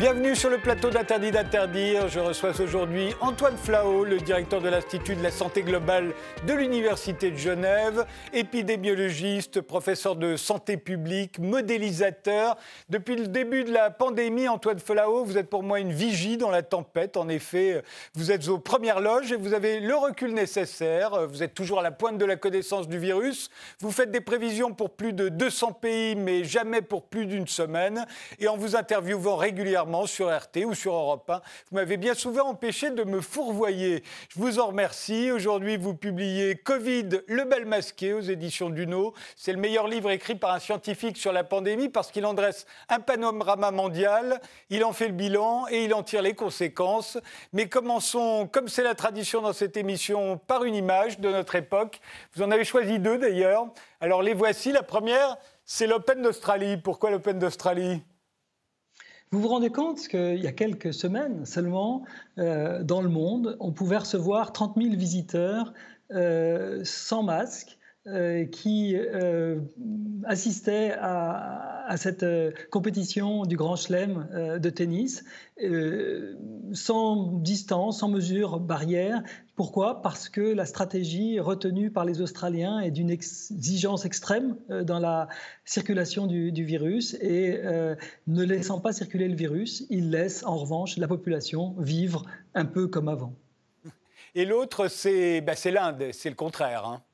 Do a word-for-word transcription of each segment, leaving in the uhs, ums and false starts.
Bienvenue sur le plateau d'Interdit d'interdire. Je reçois aujourd'hui Antoine Flahault, le directeur de l'Institut de la santé globale de l'Université de Genève, épidémiologiste, professeur de santé publique, modélisateur. Depuis le début de la pandémie, Antoine Flahault, vous êtes pour moi une vigie dans la tempête. En effet, vous êtes aux premières loges et vous avez le recul nécessaire. Vous êtes toujours à la pointe de la connaissance du virus. Vous faites des prévisions pour plus de deux cents pays, mais jamais pour plus d'une semaine. Et en vous interviewant régulièrement sur R T ou sur Europe un. Vous m'avez bien souvent empêché de me fourvoyer. Je vous en remercie. Aujourd'hui, vous publiez Covid, le bal masqué aux éditions Duno. C'est le meilleur livre écrit par un scientifique sur la pandémie parce qu'il en dresse un panorama mondial, il en fait le bilan et il en tire les conséquences. Mais commençons, comme c'est la tradition dans cette émission, par une image de notre époque. Vous en avez choisi deux d'ailleurs. Alors les voici. La première, c'est l'Open d'Australie. Pourquoi l'Open d'Australie ? Vous vous rendez compte qu'il y a quelques semaines seulement, euh, dans le monde, on pouvait recevoir trente mille visiteurs euh, sans masque euh, qui euh, assistaient à, à cette euh, compétition du Grand Chelem euh, de tennis, euh, sans distance, sans mesures barrières. Pourquoi ? Parce que la stratégie retenue par les Australiens est d'une exigence extrême dans la circulation du, du virus et euh, ne laissant pas circuler le virus, ils laissent en revanche la population vivre un peu comme avant. Et l'autre, c'est, ben c'est l'Inde, c'est le contraire, hein.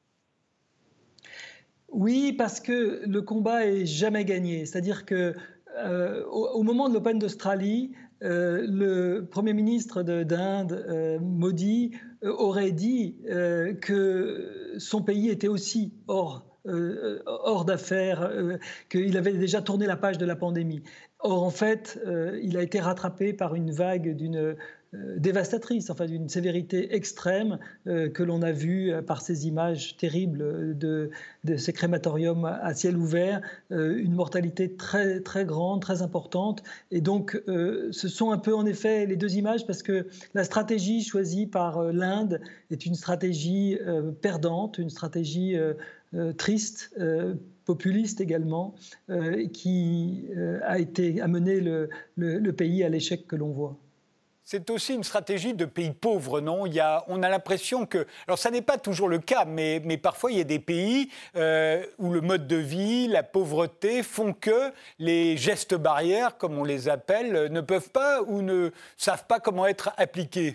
Oui, parce que le combat est jamais gagné. C'est-à-dire que euh, au, au moment de l'Open d'Australie, euh, le Premier ministre de, d'Inde, euh, Modi, euh, aurait dit euh, que son pays était aussi hors, euh, hors d'affaires, euh, qu'il avait déjà tourné la page de la pandémie. Or, en fait, euh, il a été rattrapé par une vague d'une Euh, dévastatrice, enfin d'une sévérité extrême euh, que l'on a vue euh, par ces images terribles de, de ces crématoriums à ciel ouvert, euh, une mortalité très, très grande, très importante. Et donc, euh, ce sont un peu en effet les deux images parce que la stratégie choisie par euh, l'Inde est une stratégie euh, perdante, une stratégie euh, euh, triste, euh, populiste également, euh, qui euh, a, été, a mené le, le, le pays à l'échec que l'on voit. C'est aussi une stratégie de pays pauvres, non ? Il y a, on a l'impression que... Alors, ça n'est pas toujours le cas, mais, mais parfois, il y a des pays euh, où le mode de vie, la pauvreté font que les gestes barrières, comme on les appelle, ne peuvent pas ou ne savent pas comment être appliqués.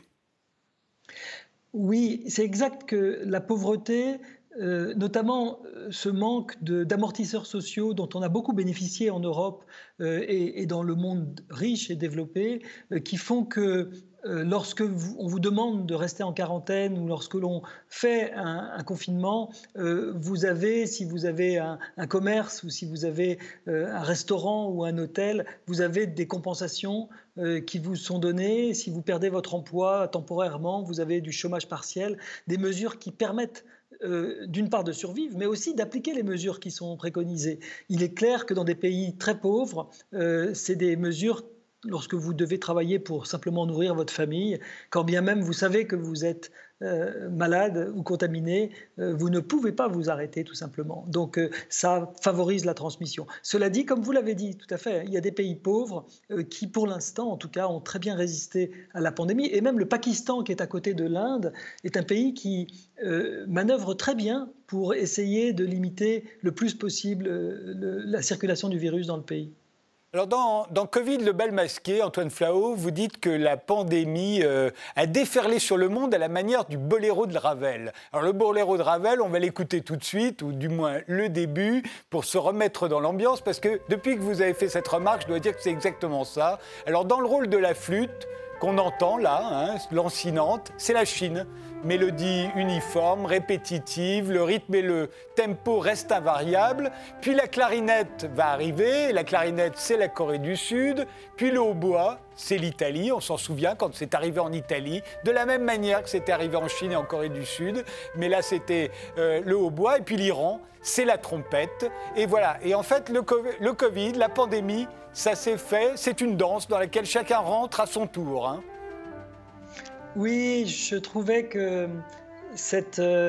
Oui, c'est exact que la pauvreté... Euh, notamment euh, ce manque de, d'amortisseurs sociaux dont on a beaucoup bénéficié en Europe euh, et, et dans le monde riche et développé, euh, qui font que euh, lorsque vous, on vous demande de rester en quarantaine ou lorsque l'on fait un, un confinement, euh, vous avez, si vous avez un, un commerce ou si vous avez euh, un restaurant ou un hôtel, vous avez des compensations euh, qui vous sont données. Si vous perdez votre emploi temporairement, vous avez du chômage partiel, des mesures qui permettent Euh, d'une part de survivre, mais aussi d'appliquer les mesures qui sont préconisées. Il est clair que dans des pays très pauvres, euh, c'est des mesures, lorsque vous devez travailler pour simplement nourrir votre famille, quand bien même vous savez que vous êtes euh, malade ou contaminé, euh, vous ne pouvez pas vous arrêter tout simplement. Donc euh, ça favorise la transmission. Cela dit, comme vous l'avez dit tout à fait, il y a des pays pauvres euh, qui pour l'instant en tout cas ont très bien résisté à la pandémie, et même le Pakistan qui est à côté de l'Inde est un pays qui euh, manœuvre très bien pour essayer de limiter le plus possible euh, le, la circulation du virus dans le pays. Alors dans, dans Covid, le bal masqué, Antoine Flahault, vous dites que la pandémie euh, a déferlé sur le monde à la manière du boléro de Ravel. Alors le boléro de Ravel, on va l'écouter tout de suite, ou du moins le début, pour se remettre dans l'ambiance, parce que depuis que vous avez fait cette remarque, je dois dire que c'est exactement ça. Alors dans le rôle de la flûte, qu'on entend là, hein, lancinante, c'est la Chine. Mélodie uniforme, répétitive, le rythme et le tempo restent invariables. Puis la clarinette va arriver, la clarinette c'est la Corée du Sud, puis le hautbois c'est l'Italie, on s'en souvient quand c'est arrivé en Italie, de la même manière que c'était arrivé en Chine et en Corée du Sud, mais là c'était euh, le hautbois, et puis l'Iran c'est la trompette, et voilà. Et en fait le COVID, le COVID, la pandémie, ça s'est fait, c'est une danse dans laquelle chacun rentre à son tour, hein. Oui, je trouvais que cette euh,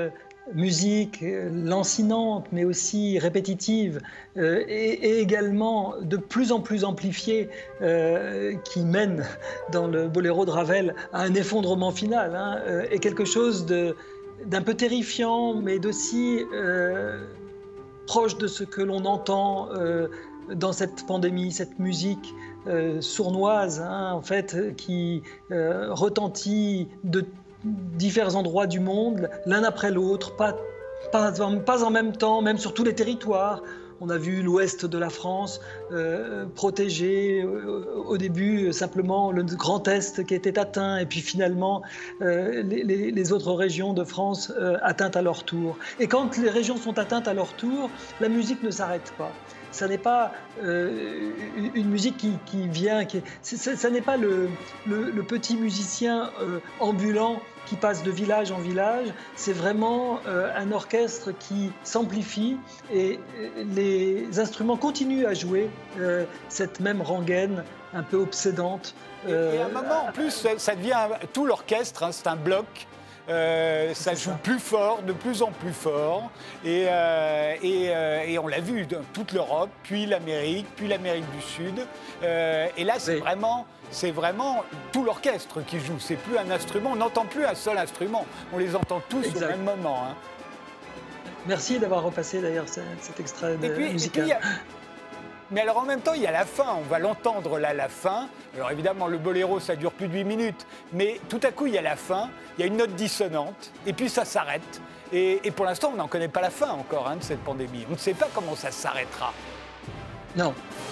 musique euh, lancinante, mais aussi répétitive, euh, et, et également de plus en plus amplifiée, euh, qui mène dans le boléro de Ravel à un effondrement final, hein, euh, est quelque chose de, d'un peu terrifiant, mais d'aussi euh, proche de ce que l'on entend euh, dans cette pandémie, cette musique euh, sournoise, hein, en fait, qui euh, retentit de divers endroits du monde, l'un après l'autre, pas, pas, en, pas en même temps, même sur tous les territoires. On a vu l'ouest de la France euh, protégé, euh, au début simplement le Grand Est qui était atteint, et puis finalement euh, les, les, les autres régions de France euh, atteintes à leur tour. Et quand les régions sont atteintes à leur tour, la musique ne s'arrête pas. Ça n'est pas euh, une musique qui, qui vient, qui, ça n'est pas le, le, le petit musicien euh, ambulant qui passe de village en village, c'est vraiment euh, un orchestre qui s'amplifie et les instruments continuent à jouer euh, cette même rengaine un peu obsédante. Euh, et, et à un moment, en plus, ça devient tout l'orchestre, hein, c'est un bloc. Euh, ça joue ça. plus fort, de plus en plus fort, et, euh, et, euh, et on l'a vu dans toute l'Europe, puis l'Amérique, puis l'Amérique du Sud. Euh, et là, c'est oui. vraiment, c'est vraiment tout l'orchestre qui joue. C'est plus un instrument, on n'entend plus un seul instrument. On les entend tous exact. au même moment. Hein. Merci d'avoir repassé d'ailleurs cet, cet extrait de puis, musical. Mais alors en même temps, il y a la fin, on va l'entendre là, la fin. Alors évidemment, le boléro, ça dure plus de huit minutes, mais tout à coup, il y a la fin, il y a une note dissonante, et puis ça s'arrête. Et, et pour l'instant, on n'en connaît pas la fin encore hein, de cette pandémie. On ne sait pas comment ça s'arrêtera. Non.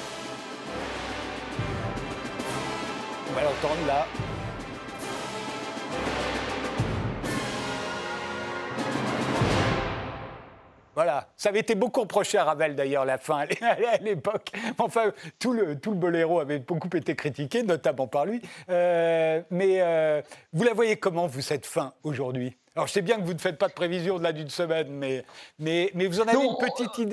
On va l'entendre là. Voilà, ça avait été beaucoup reproché à Ravel d'ailleurs, la fin, à l'époque. Enfin, tout le, tout le boléro avait beaucoup été critiqué, notamment par lui. Euh, mais euh, vous la voyez comment, vous, cette fin, aujourd'hui ? Alors, je sais bien que vous ne faites pas de prévision de là d'une semaine, mais, mais, mais vous en avez non, une petite idée ?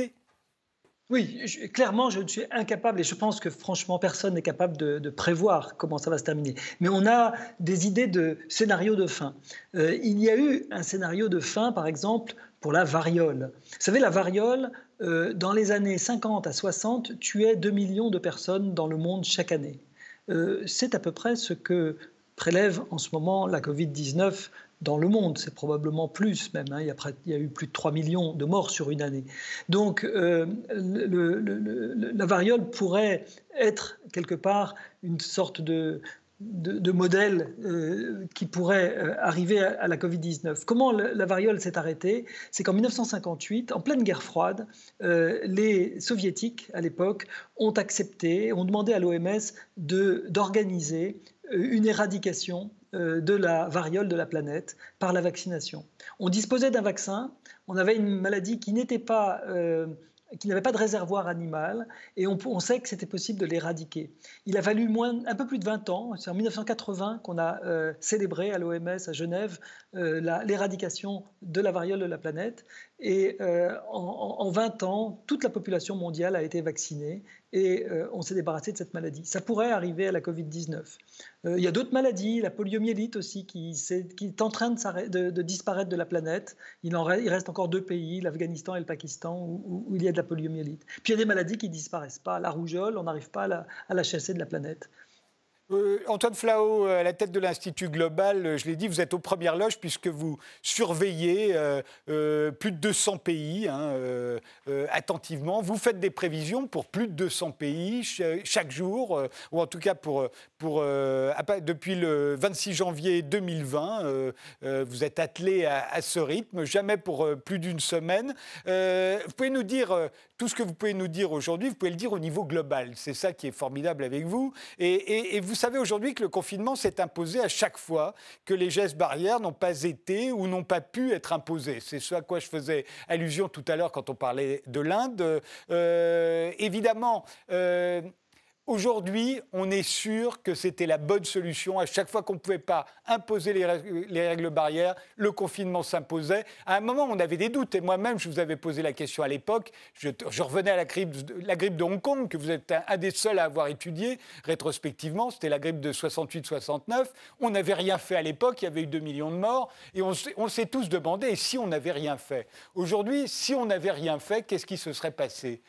Oui, je, clairement, je suis incapable, et je pense que franchement, personne n'est capable de, de prévoir comment ça va se terminer. Mais on a des idées de scénarios de fin. Euh, il y a eu un scénario de fin, par exemple, pour la variole. Vous savez, la variole, euh, dans les années cinquante à soixante, tuait deux millions de personnes dans le monde chaque année. Euh, c'est à peu près ce que prélève en ce moment la covid dix-neuf dans le monde. C'est probablement plus même. Hein. Il y a près, il y a eu plus de trois millions de morts sur une année. Donc, euh, le, le, le, la variole pourrait être quelque part une sorte de... De, de modèles euh, qui pourraient euh, arriver à, à la covid dix-neuf. Comment le, la variole s'est arrêtée ? C'est qu'en dix-neuf cent cinquante-huit, en pleine guerre froide, euh, les soviétiques, à l'époque, ont accepté, ont demandé à l'O M S de, d'organiser une éradication euh, de la variole de la planète par la vaccination. On disposait d'un vaccin, on avait une maladie qui n'était pas... Euh, qui n'avait pas de réservoir animal, et on, on sait que c'était possible de l'éradiquer. Il a fallu moins, un peu plus de vingt ans, c'est en dix-neuf cent quatre-vingts qu'on a euh, célébré à l'O M S à Genève euh, la, l'éradication de la variole de la planète, et euh, en, en vingt ans, toute la population mondiale a été vaccinée, et euh, on s'est débarrassé de cette maladie. Ça pourrait arriver à la covid dix-neuf. Euh, il y a d'autres maladies, la poliomyélite aussi, qui, qui est en train de, de, de disparaître de la planète. Il, en reste, il reste encore deux pays, l'Afghanistan et le Pakistan, où, où il y a de la poliomyélite. Puis il y a des maladies qui ne disparaissent pas. La rougeole, on n'arrive pas à la, à la chasser de la planète. Euh, Antoine Flahault, à la tête de l'Institut Global, je l'ai dit, vous êtes aux premières loges puisque vous surveillez euh, euh, plus de deux cents pays hein, euh, euh, attentivement. Vous faites des prévisions pour plus de deux cents pays ch- chaque jour, euh, ou en tout cas pour, pour, euh, depuis le vingt-six janvier deux mille vingt. Euh, euh, vous êtes attelé à, à ce rythme, jamais pour euh, plus d'une semaine. Euh, vous pouvez nous dire, euh, tout ce que vous pouvez nous dire aujourd'hui, vous pouvez le dire au niveau global. C'est ça qui est formidable avec vous. Et, et, et vous Vous savez aujourd'hui que le confinement s'est imposé à chaque fois que les gestes barrières n'ont pas été ou n'ont pas pu être imposés. C'est ce à quoi je faisais allusion tout à l'heure quand on parlait de l'Inde. Euh, évidemment, euh, Aujourd'hui, on est sûr que c'était la bonne solution. À chaque fois qu'on ne pouvait pas imposer les règles, les règles barrières, le confinement s'imposait. À un moment, on avait des doutes. Et moi-même, je vous avais posé la question à l'époque. Je, je revenais à la grippe, la grippe de Hong Kong, que vous êtes un, un des seuls à avoir étudié rétrospectivement. C'était la grippe de soixante-huit soixante-neuf. On n'avait rien fait à l'époque. Il y avait eu deux millions de morts. Et on, on s'est tous demandé, et si on n'avait rien fait? Aujourd'hui, si on n'avait rien fait, qu'est-ce qui se serait passé?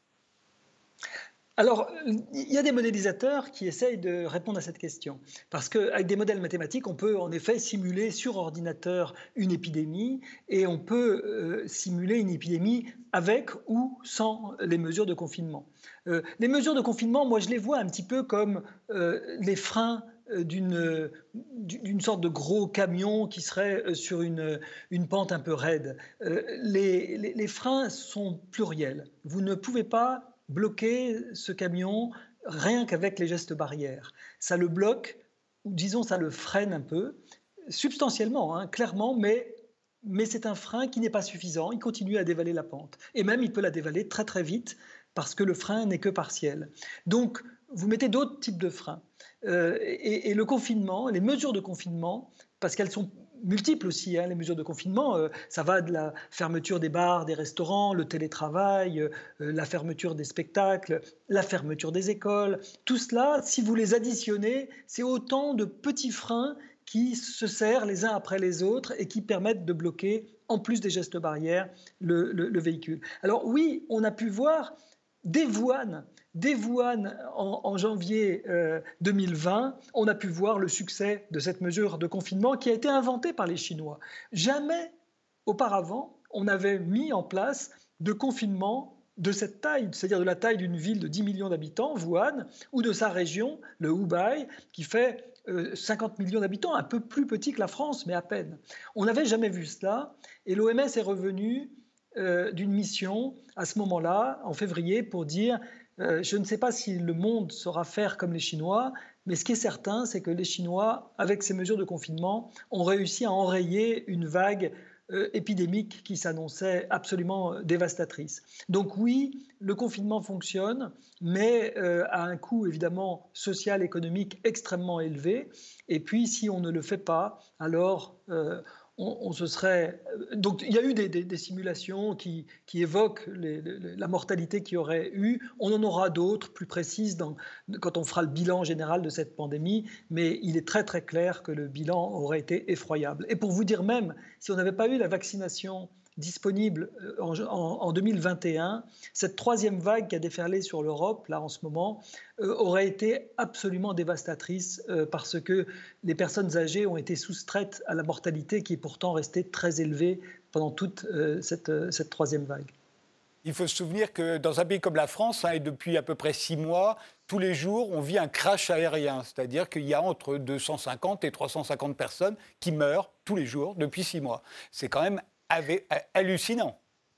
Alors, il y a des modélisateurs qui essayent de répondre à cette question. Parce qu'avec des modèles mathématiques, on peut en effet simuler sur ordinateur une épidémie et on peut euh, simuler une épidémie avec ou sans les mesures de confinement. Euh, les mesures de confinement, moi, je les vois un petit peu comme euh, les freins d'une, d'une sorte de gros camion qui serait sur une, une pente un peu raide. Euh, les, les, les freins sont pluriels. Vous ne pouvez pas bloquer ce camion rien qu'avec les gestes barrières. Ça le bloque, ou disons ça le freine un peu, substantiellement, hein, clairement, mais, mais c'est un frein qui n'est pas suffisant. Il continue à dévaler la pente. Et même, il peut la dévaler très très vite parce que le frein n'est que partiel. Donc, vous mettez d'autres types de freins. Euh, et, et le confinement, les mesures de confinement, parce qu'elles sont multiples aussi, hein, les mesures de confinement, euh, ça va de la fermeture des bars, des restaurants, le télétravail, euh, la fermeture des spectacles, la fermeture des écoles. Tout cela, si vous les additionnez, c'est autant de petits freins qui se serrent les uns après les autres et qui permettent de bloquer, en plus des gestes barrières, le, le, le véhicule. Alors oui, on a pu voir des Wuhan, Dès Wuhan, en, en janvier euh, deux mille vingt, on a pu voir le succès de cette mesure de confinement qui a été inventée par les Chinois. Jamais auparavant, on n'avait mis en place de confinement de cette taille, c'est-à-dire de la taille d'une ville de dix millions d'habitants, Wuhan, ou de sa région, le Hubei, qui fait euh, cinquante millions d'habitants, un peu plus petit que la France, mais à peine. On n'avait jamais vu cela, et l'O M S est revenu euh, d'une mission à ce moment-là, en février, pour dire Euh, je ne sais pas si le monde saura faire comme les Chinois, mais ce qui est certain, c'est que les Chinois, avec ces mesures de confinement, ont réussi à enrayer une vague euh, épidémique qui s'annonçait absolument dévastatrice. Donc oui, le confinement fonctionne, mais euh, à un coût évidemment social, économique extrêmement élevé. Et puis, si on ne le fait pas, alors euh, On, on se serait... Donc, il y a eu des, des, des simulations qui, qui évoquent les, les, la mortalité qu'il y aurait eu. On en aura d'autres, plus précises, dans, quand on fera le bilan général de cette pandémie. Mais il est très, très clair que le bilan aurait été effroyable. Et pour vous dire même, si on n'avait pas eu la vaccination disponible en, en, en deux mille vingt et un, cette troisième vague qui a déferlé sur l'Europe, là, en ce moment, euh, aurait été absolument dévastatrice euh, parce que les personnes âgées ont été soustraites à la mortalité qui est pourtant restée très élevée pendant toute euh, cette, euh, cette troisième vague. Il faut se souvenir que dans un pays comme la France, hein, et depuis à peu près six mois, tous les jours, on vit un crash aérien. C'est-à-dire qu'il y a entre deux cent cinquante et trois cent cinquante personnes qui meurent tous les jours depuis six mois. C'est quand même hallucinant.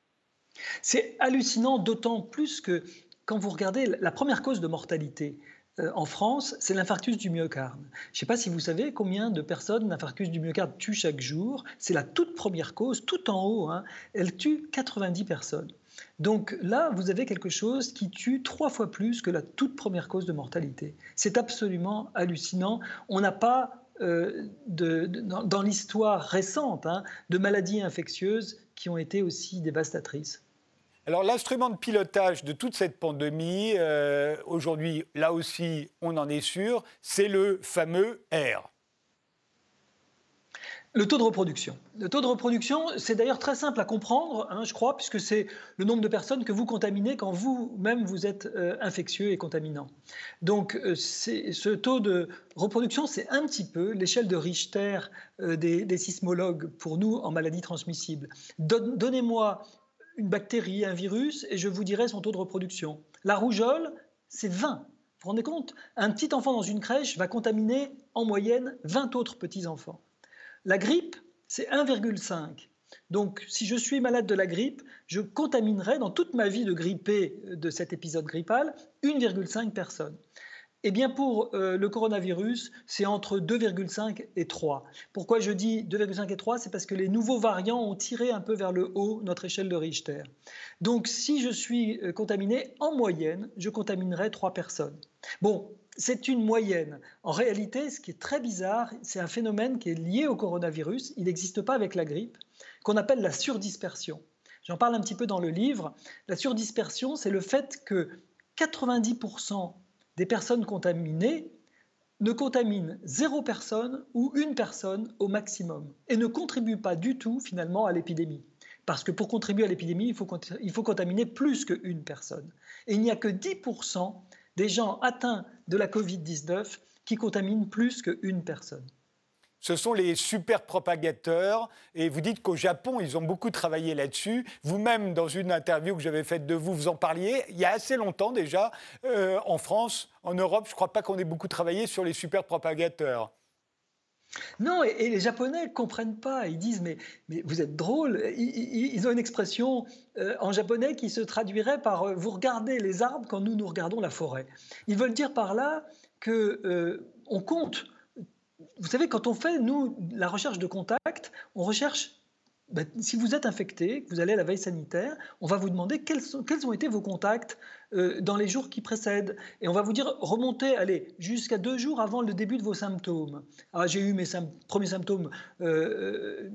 C'est hallucinant, d'autant plus que quand vous regardez la première cause de mortalité euh, en France, c'est l'infarctus du myocarde. Je ne sais pas si vous savez combien de personnes l'infarctus du myocarde tue chaque jour. C'est la toute première cause, tout en haut. Hein. Elle tue quatre-vingt-dix personnes. Donc là, vous avez quelque chose qui tue trois fois plus que la toute première cause de mortalité. C'est absolument hallucinant. On n'a pas... Euh, de, de, dans, dans l'histoire récente hein, de maladies infectieuses qui ont été aussi dévastatrices. Alors l'instrument de pilotage de toute cette pandémie, euh, aujourd'hui, là aussi, on en est sûr, c'est le fameux R. Le taux de reproduction. Le taux de reproduction, c'est d'ailleurs très simple à comprendre, hein, je crois, puisque c'est le nombre de personnes que vous contaminez quand vous-même vous êtes euh, infectieux et contaminant. Donc, euh, ce taux de reproduction, c'est un petit peu l'échelle de Richter euh, des, des sismologues pour nous en maladies transmissibles. Don- Donnez-moi une bactérie, un virus, et je vous dirai son taux de reproduction. La rougeole, c'est vingt. Vous vous rendez compte ? Un petit enfant dans une crèche va contaminer en moyenne vingt autres petits-enfants. La grippe, c'est un virgule cinq. Donc, si je suis malade de la grippe, je contaminerai dans toute ma vie de grippé de cet épisode grippal un virgule cinq personnes. Eh bien, pour euh, le coronavirus, c'est entre deux virgule cinq et trois. Pourquoi je dis deux virgule cinq et trois? C'est parce que les nouveaux variants ont tiré un peu vers le haut notre échelle de Richter. Donc, si je suis euh, contaminé, en moyenne, je contaminerai trois personnes. Bon, c'est une moyenne. En réalité, ce qui est très bizarre, c'est un phénomène qui est lié au coronavirus. Il n'existe pas avec la grippe, qu'on appelle la surdispersion. J'en parle un petit peu dans le livre. La surdispersion, c'est le fait que quatre-vingt-dix pour cent des personnes contaminées ne contaminent zéro personne ou une personne au maximum et ne contribuent pas du tout finalement à l'épidémie. Parce que pour contribuer à l'épidémie, il faut, il faut contaminer plus qu'une personne. Et il n'y a que dix pour cent des gens atteints de la covid dix-neuf qui contaminent plus qu'une personne. Ce sont les super propagateurs. Et vous dites qu'au Japon, ils ont beaucoup travaillé là-dessus. Vous-même, dans une interview que j'avais faite de vous, vous en parliez. Il y a assez longtemps déjà, euh, en France, en Europe, je ne crois pas qu'on ait beaucoup travaillé sur les super propagateurs. Non, et, et les Japonais ne comprennent pas. Ils disent, mais, mais vous êtes drôle. Ils, ils, ils ont une expression euh, en japonais qui se traduirait par euh, vous regardez les arbres quand nous, nous regardons la forêt. Ils veulent dire par là qu'on euh, compte. Vous savez, quand on fait, nous, la recherche de contact, on recherche, ben, si vous êtes infecté, que vous allez à la veille sanitaire, on va vous demander quels, sont, quels ont été vos contacts euh, dans les jours qui précèdent. Et on va vous dire, remontez, allez, jusqu'à deux jours avant le début de vos symptômes. Ah, j'ai eu mes sym- premiers symptômes euh,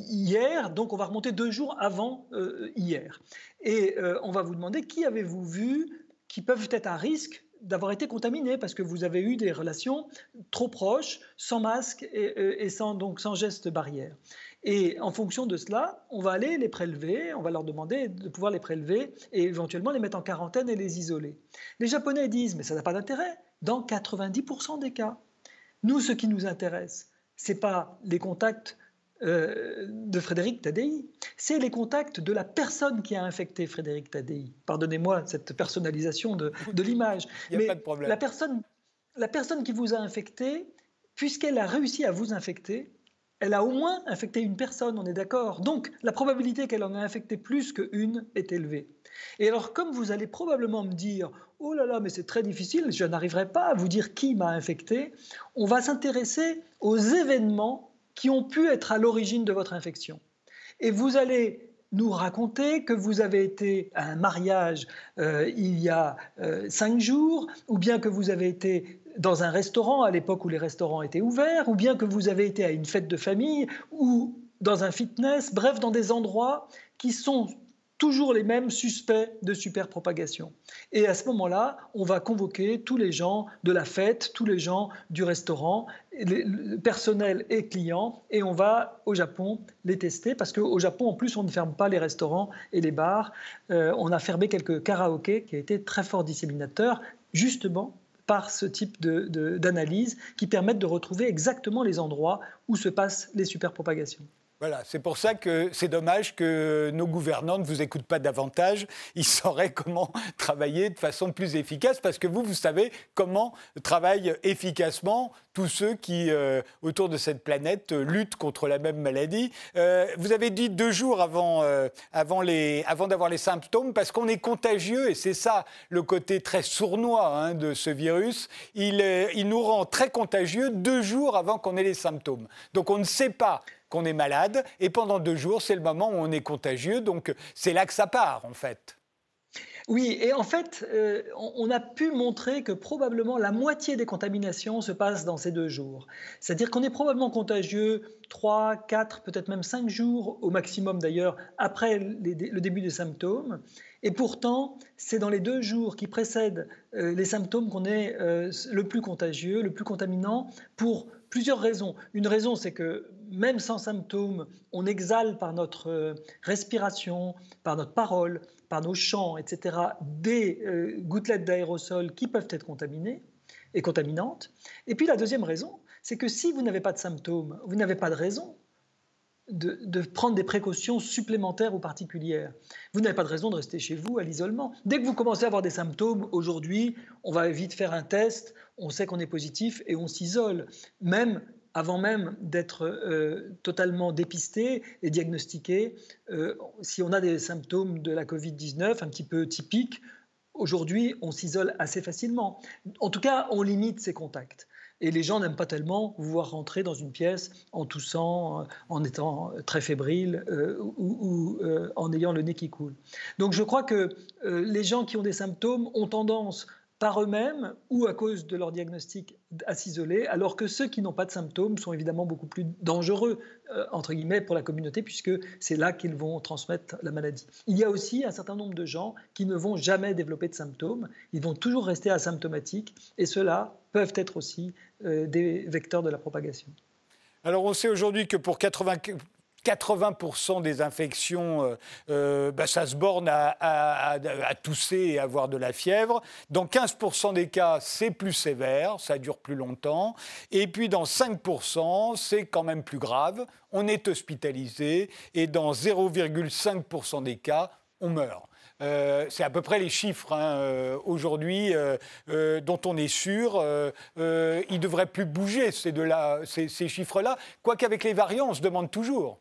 hier, donc on va remonter deux jours avant euh, hier. Et euh, on va vous demander, qui avez-vous vu qui peuvent être à risque d'avoir été contaminé parce que vous avez eu des relations trop proches, sans masque et, et sans, donc sans geste barrière. Et en fonction de cela, on va aller les prélever, on va leur demander de pouvoir les prélever et éventuellement les mettre en quarantaine et les isoler. Les Japonais disent, mais ça n'a pas d'intérêt, dans quatre-vingt-dix pour cent des cas. Nous, ce qui nous intéresse, ce n'est pas les contacts euh, de Frédéric Tadei, c'est les contacts de la personne qui a infecté Frédéric Tadei. Pardonnez-moi cette personnalisation de, de l'image. Il n'y a pas de problème. La personne, la personne qui vous a infecté, puisqu'elle a réussi à vous infecter, elle a au moins infecté une personne, on est d'accord. Donc, la probabilité qu'elle en ait infecté plus qu'une est élevée. Et alors, comme vous allez probablement me dire « Oh là là, mais c'est très difficile, je n'arriverai pas à vous dire qui m'a infecté », on va s'intéresser aux événements qui ont pu être à l'origine de votre infection. Et vous allez nous raconter que vous avez été à un mariage euh, il y a euh, cinq jours, ou bien que vous avez été dans un restaurant à l'époque où les restaurants étaient ouverts, ou bien que vous avez été à une fête de famille, ou dans un fitness, bref, dans des endroits qui sont toujours les mêmes suspects de superpropagation. Et à ce moment-là, on va convoquer tous les gens de la fête, tous les gens du restaurant, les, le personnel et clients, et on va au Japon les tester, parce qu'au Japon, en plus, on ne ferme pas les restaurants et les bars. Euh, on a fermé quelques karaokés qui a été très fort disséminateur, justement par ce type de, de, d'analyse qui permettent de retrouver exactement les endroits où se passent les superpropagations. Voilà, c'est pour ça que c'est dommage que nos gouvernants ne vous écoutent pas davantage. Ils sauraient comment travailler de façon plus efficace parce que vous, vous savez comment travaillent efficacement tous ceux qui, euh, autour de cette planète, euh, luttent contre la même maladie. Euh, vous avez dit deux jours avant, euh, avant, les, avant d'avoir les symptômes parce qu'on est contagieux et c'est ça le côté très sournois hein, de ce virus. Il, euh, il nous rend très contagieux deux jours avant qu'on ait les symptômes. Donc on ne sait pas qu'on est malade, et pendant deux jours, c'est le moment où on est contagieux, donc c'est là que ça part, en fait. Oui, et en fait, euh, on, on a pu montrer que probablement la moitié des contaminations se passent dans ces deux jours. C'est-à-dire qu'on est probablement contagieux trois, quatre, peut-être même cinq jours, au maximum d'ailleurs, après les, le début des symptômes. Et pourtant, c'est dans les deux jours qui précèdent euh, les symptômes qu'on est euh, le plus contagieux, le plus contaminant, pour plusieurs raisons. Une raison, c'est que même sans symptômes, on exhale par notre respiration, par notre parole, par nos chants, et cetera, des euh, gouttelettes d'aérosol qui peuvent être contaminées et contaminantes. Et puis la deuxième raison, c'est que si vous n'avez pas de symptômes, vous n'avez pas de raison de, de prendre des précautions supplémentaires ou particulières. Vous n'avez pas de raison de rester chez vous à l'isolement. Dès que vous commencez à avoir des symptômes, aujourd'hui, on va vite faire un test, on sait qu'on est positif et on s'isole. Même avant même d'être euh, totalement dépisté et diagnostiqué, euh, si on a des symptômes de la covid dix-neuf un petit peu typiques, aujourd'hui, on s'isole assez facilement. En tout cas, on limite ses contacts. Et les gens n'aiment pas tellement vous voir rentrer dans une pièce en toussant, en étant très fébrile euh, ou, ou euh, en ayant le nez qui coule. Donc je crois que euh, les gens qui ont des symptômes ont tendance par eux-mêmes ou à cause de leur diagnostic à s'isoler, alors que ceux qui n'ont pas de symptômes sont évidemment beaucoup plus dangereux, euh, entre guillemets, pour la communauté, puisque c'est là qu'ils vont transmettre la maladie. Il y a aussi un certain nombre de gens qui ne vont jamais développer de symptômes, ils vont toujours rester asymptomatiques, et ceux-là peuvent être aussi euh, des vecteurs de la propagation. Alors on sait aujourd'hui que pour quatre-vingts quatre-vingts pour cent des infections, euh, euh, bah, ça se borne à, à, à, à tousser et à avoir de la fièvre. Dans quinze pour cent des cas, c'est plus sévère, ça dure plus longtemps. Et puis dans cinq pour cent, c'est quand même plus grave, on est hospitalisé. Et dans zéro virgule cinq pour cent des cas, on meurt. Euh, c'est à peu près les chiffres hein, euh, aujourd'hui euh, euh, dont on est sûr. Euh, euh, ils ne devraient plus bouger, ces, de là, ces, ces chiffres-là. Quoiqu'avec les variants, on se demande toujours.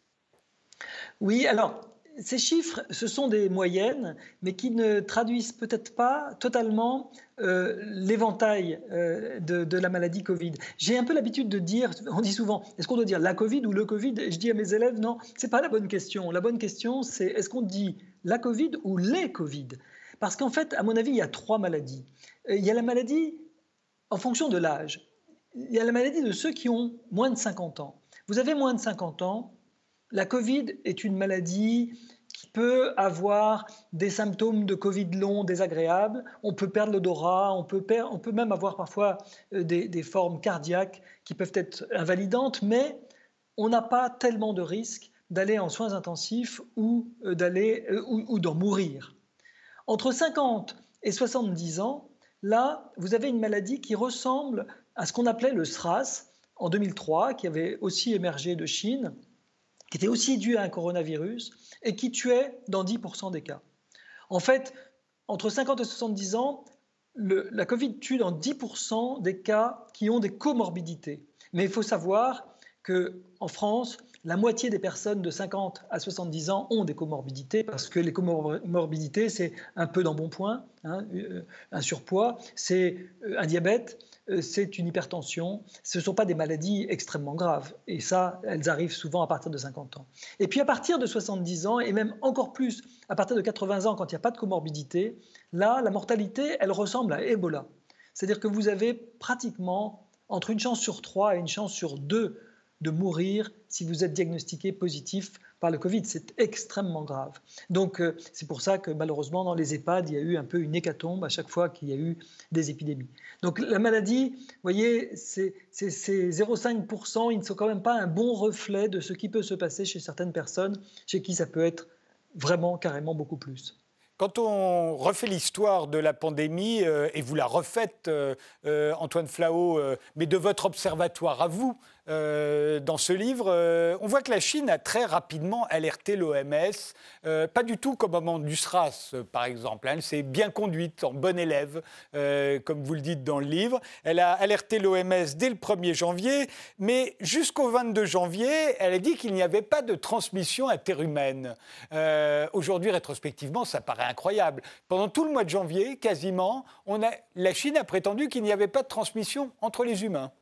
Oui, alors, ces chiffres, ce sont des moyennes, mais qui ne traduisent peut-être pas totalement euh, l'éventail euh, de, de la maladie Covid. J'ai un peu l'habitude de dire, on dit souvent, est-ce qu'on doit dire la Covid ou le Covid? Je dis à mes élèves, non, ce n'est pas la bonne question. La bonne question, c'est est-ce qu'on dit la Covid ou les Covid? Parce qu'en fait, à mon avis, il y a trois maladies. Il y a la maladie en fonction de l'âge. Il y a la maladie de ceux qui ont moins de cinquante ans. Vous avez moins de cinquante ans, la Covid est une maladie qui peut avoir des symptômes de Covid long désagréables. On peut perdre l'odorat, on peut, per- on peut même avoir parfois euh, des, des formes cardiaques qui peuvent être invalidantes, mais on n'a pas tellement de risques d'aller en soins intensifs ou, euh, d'aller, euh, ou, ou d'en mourir. Entre cinquante et soixante-dix ans, là, vous avez une maladie qui ressemble à ce qu'on appelait le SRAS en deux mille trois, qui avait aussi émergé de Chine, qui était aussi dû à un coronavirus et qui tuait dans dix pour cent des cas. En fait, entre cinquante et soixante-dix ans, le, la Covid tue dans dix pour cent des cas qui ont des comorbidités. Mais il faut savoir qu'en France, la moitié des personnes de cinquante à soixante-dix ans ont des comorbidités, parce que les comorbidités, c'est un peu d'embonpoint, hein, un surpoids, c'est un diabète, c'est une hypertension. Ce ne sont pas des maladies extrêmement graves. Et ça, elles arrivent souvent à partir de cinquante ans. Et puis à partir de soixante-dix ans, et même encore plus à partir de quatre-vingts ans, quand il n'y a pas de comorbidité, là, la mortalité, elle ressemble à Ebola. C'est-à-dire que vous avez pratiquement entre une chance sur trois et une chance sur deux de mourir si vous êtes diagnostiqué positif par le Covid. C'est extrêmement grave. Donc, euh, c'est pour ça que malheureusement, dans les EHPAD, il y a eu un peu une hécatombe à chaque fois qu'il y a eu des épidémies. Donc, la maladie, vous voyez, c'est, c'est, c'est zéro virgule cinq pour cent. Ils ne sont quand même pas un bon reflet de ce qui peut se passer chez certaines personnes, chez qui ça peut être vraiment, carrément beaucoup plus. Quand on refait l'histoire de la pandémie, euh, et vous la refaites, euh, euh, Antoine Flahault, euh, mais de votre observatoire à vous, euh, dans ce livre, euh, on voit que la Chine a très rapidement alerté l'O M S, euh, pas du tout comme au moment du SRAS, euh, par exemple. Hein, elle s'est bien conduite, en bonne élève, euh, comme vous le dites dans le livre. Elle a alerté l'O M S dès le premier janvier, mais jusqu'au vingt-deux janvier, elle a dit qu'il n'y avait pas de transmission interhumaine. Euh, aujourd'hui, rétrospectivement, ça paraît incroyable. Pendant tout le mois de janvier, quasiment, on a, la Chine a prétendu qu'il n'y avait pas de transmission entre les humains.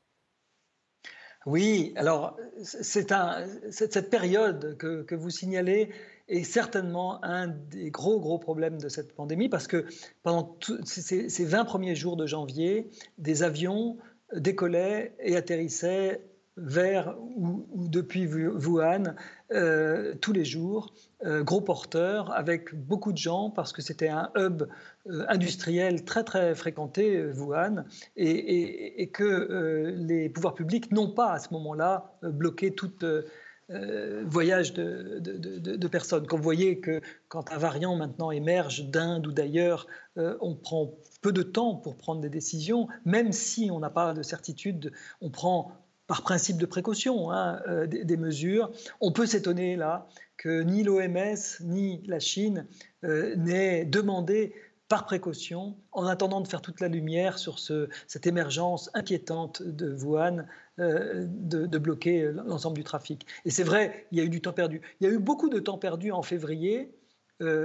Oui, alors c'est un, c'est, cette période que, que vous signalez est certainement un des gros, gros problèmes de cette pandémie, parce que pendant tout, ces, ces vingt premiers jours de janvier, des avions décollaient et atterrissaient vers ou, ou depuis Wuhan euh, tous les jours, euh, gros porteurs, avec beaucoup de gens, parce que c'était un hub euh, industriel très très fréquenté, euh, Wuhan, et, et, et que euh, les pouvoirs publics n'ont pas à ce moment-là euh, bloqué toute euh, voyage de, de, de, de personnes. Quand vous voyez que quand un variant maintenant émerge d'Inde ou d'ailleurs, euh, on prend peu de temps pour prendre des décisions, même si on n'a pas de certitude, on prend par principe de précaution, hein, euh, des, des mesures. On peut s'étonner là que ni l'O M S ni la Chine euh, n'aient demandé par précaution, en attendant de faire toute la lumière sur ce, cette émergence inquiétante de Wuhan, euh, de, de bloquer l'ensemble du trafic. Et c'est vrai, il y a eu du temps perdu. Il y a eu beaucoup de temps perdu en février, euh,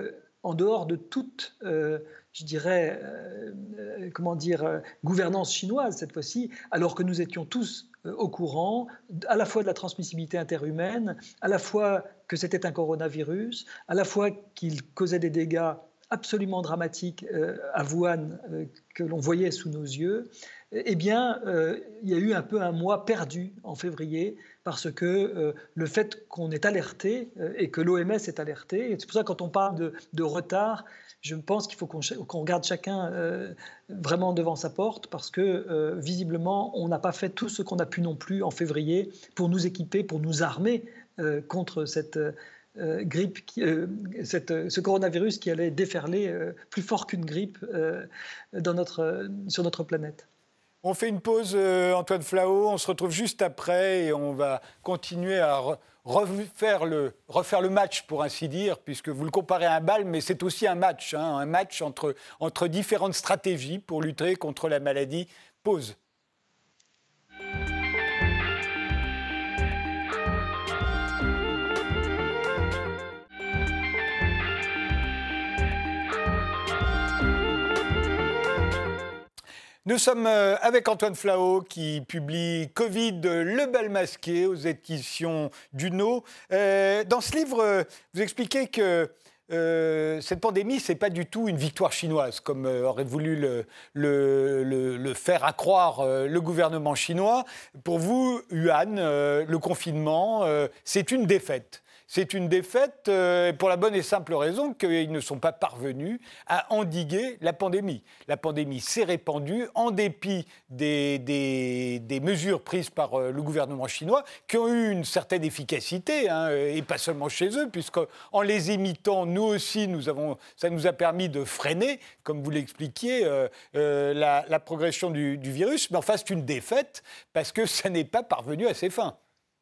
en dehors de toute, euh, je dirais, euh, euh, comment dire, euh, gouvernance chinoise cette fois-ci, alors que nous étions tous euh, au courant à la fois de la transmissibilité interhumaine, à la fois que c'était un coronavirus, à la fois qu'il causait des dégâts absolument dramatiques euh, à Wuhan euh, que l'on voyait sous nos yeux. Eh bien, euh, il y a eu un peu un mois perdu en février parce que euh, le fait qu'on est alerté euh, et que l'O M S est alerté, et c'est pour ça que quand on parle de, de retard, je pense qu'il faut qu'on, qu'on regarde chacun euh, vraiment devant sa porte parce que euh, visiblement, on n'a pas fait tout ce qu'on a pu non plus en février pour nous équiper, pour nous armer euh, contre cette euh, grippe, qui, euh, cette, ce coronavirus qui allait déferler euh, plus fort qu'une grippe euh, dans notre, euh, sur notre planète. On fait une pause, euh, Antoine Flahault, on se retrouve juste après et on va continuer à re- refaire, le, refaire le match, pour ainsi dire, puisque vous le comparez à un bal, mais c'est aussi un match, hein, un match entre, entre différentes stratégies pour lutter contre la maladie. Pause. Nous sommes avec Antoine Flahault qui publie Covid, le bal masqué aux éditions Duno. Euh, dans ce livre, vous expliquez que euh, cette pandémie, ce n'est pas du tout une victoire chinoise, comme euh, aurait voulu le, le, le, le faire accroire euh, le gouvernement chinois. Pour vous, Wuhan, euh, le confinement, euh, c'est une défaite. C'est une défaite euh, pour la bonne et simple raison qu'ils ne sont pas parvenus à endiguer la pandémie. La pandémie s'est répandue en dépit des, des, des mesures prises par euh, le gouvernement chinois qui ont eu une certaine efficacité, hein, et pas seulement chez eux, puisqu'en les imitant, nous aussi, nous avons, ça nous a permis de freiner, comme vous l'expliquiez, euh, euh, la, la progression du, du virus. Mais enfin, c'est une défaite parce que ça n'est pas parvenu à ses fins.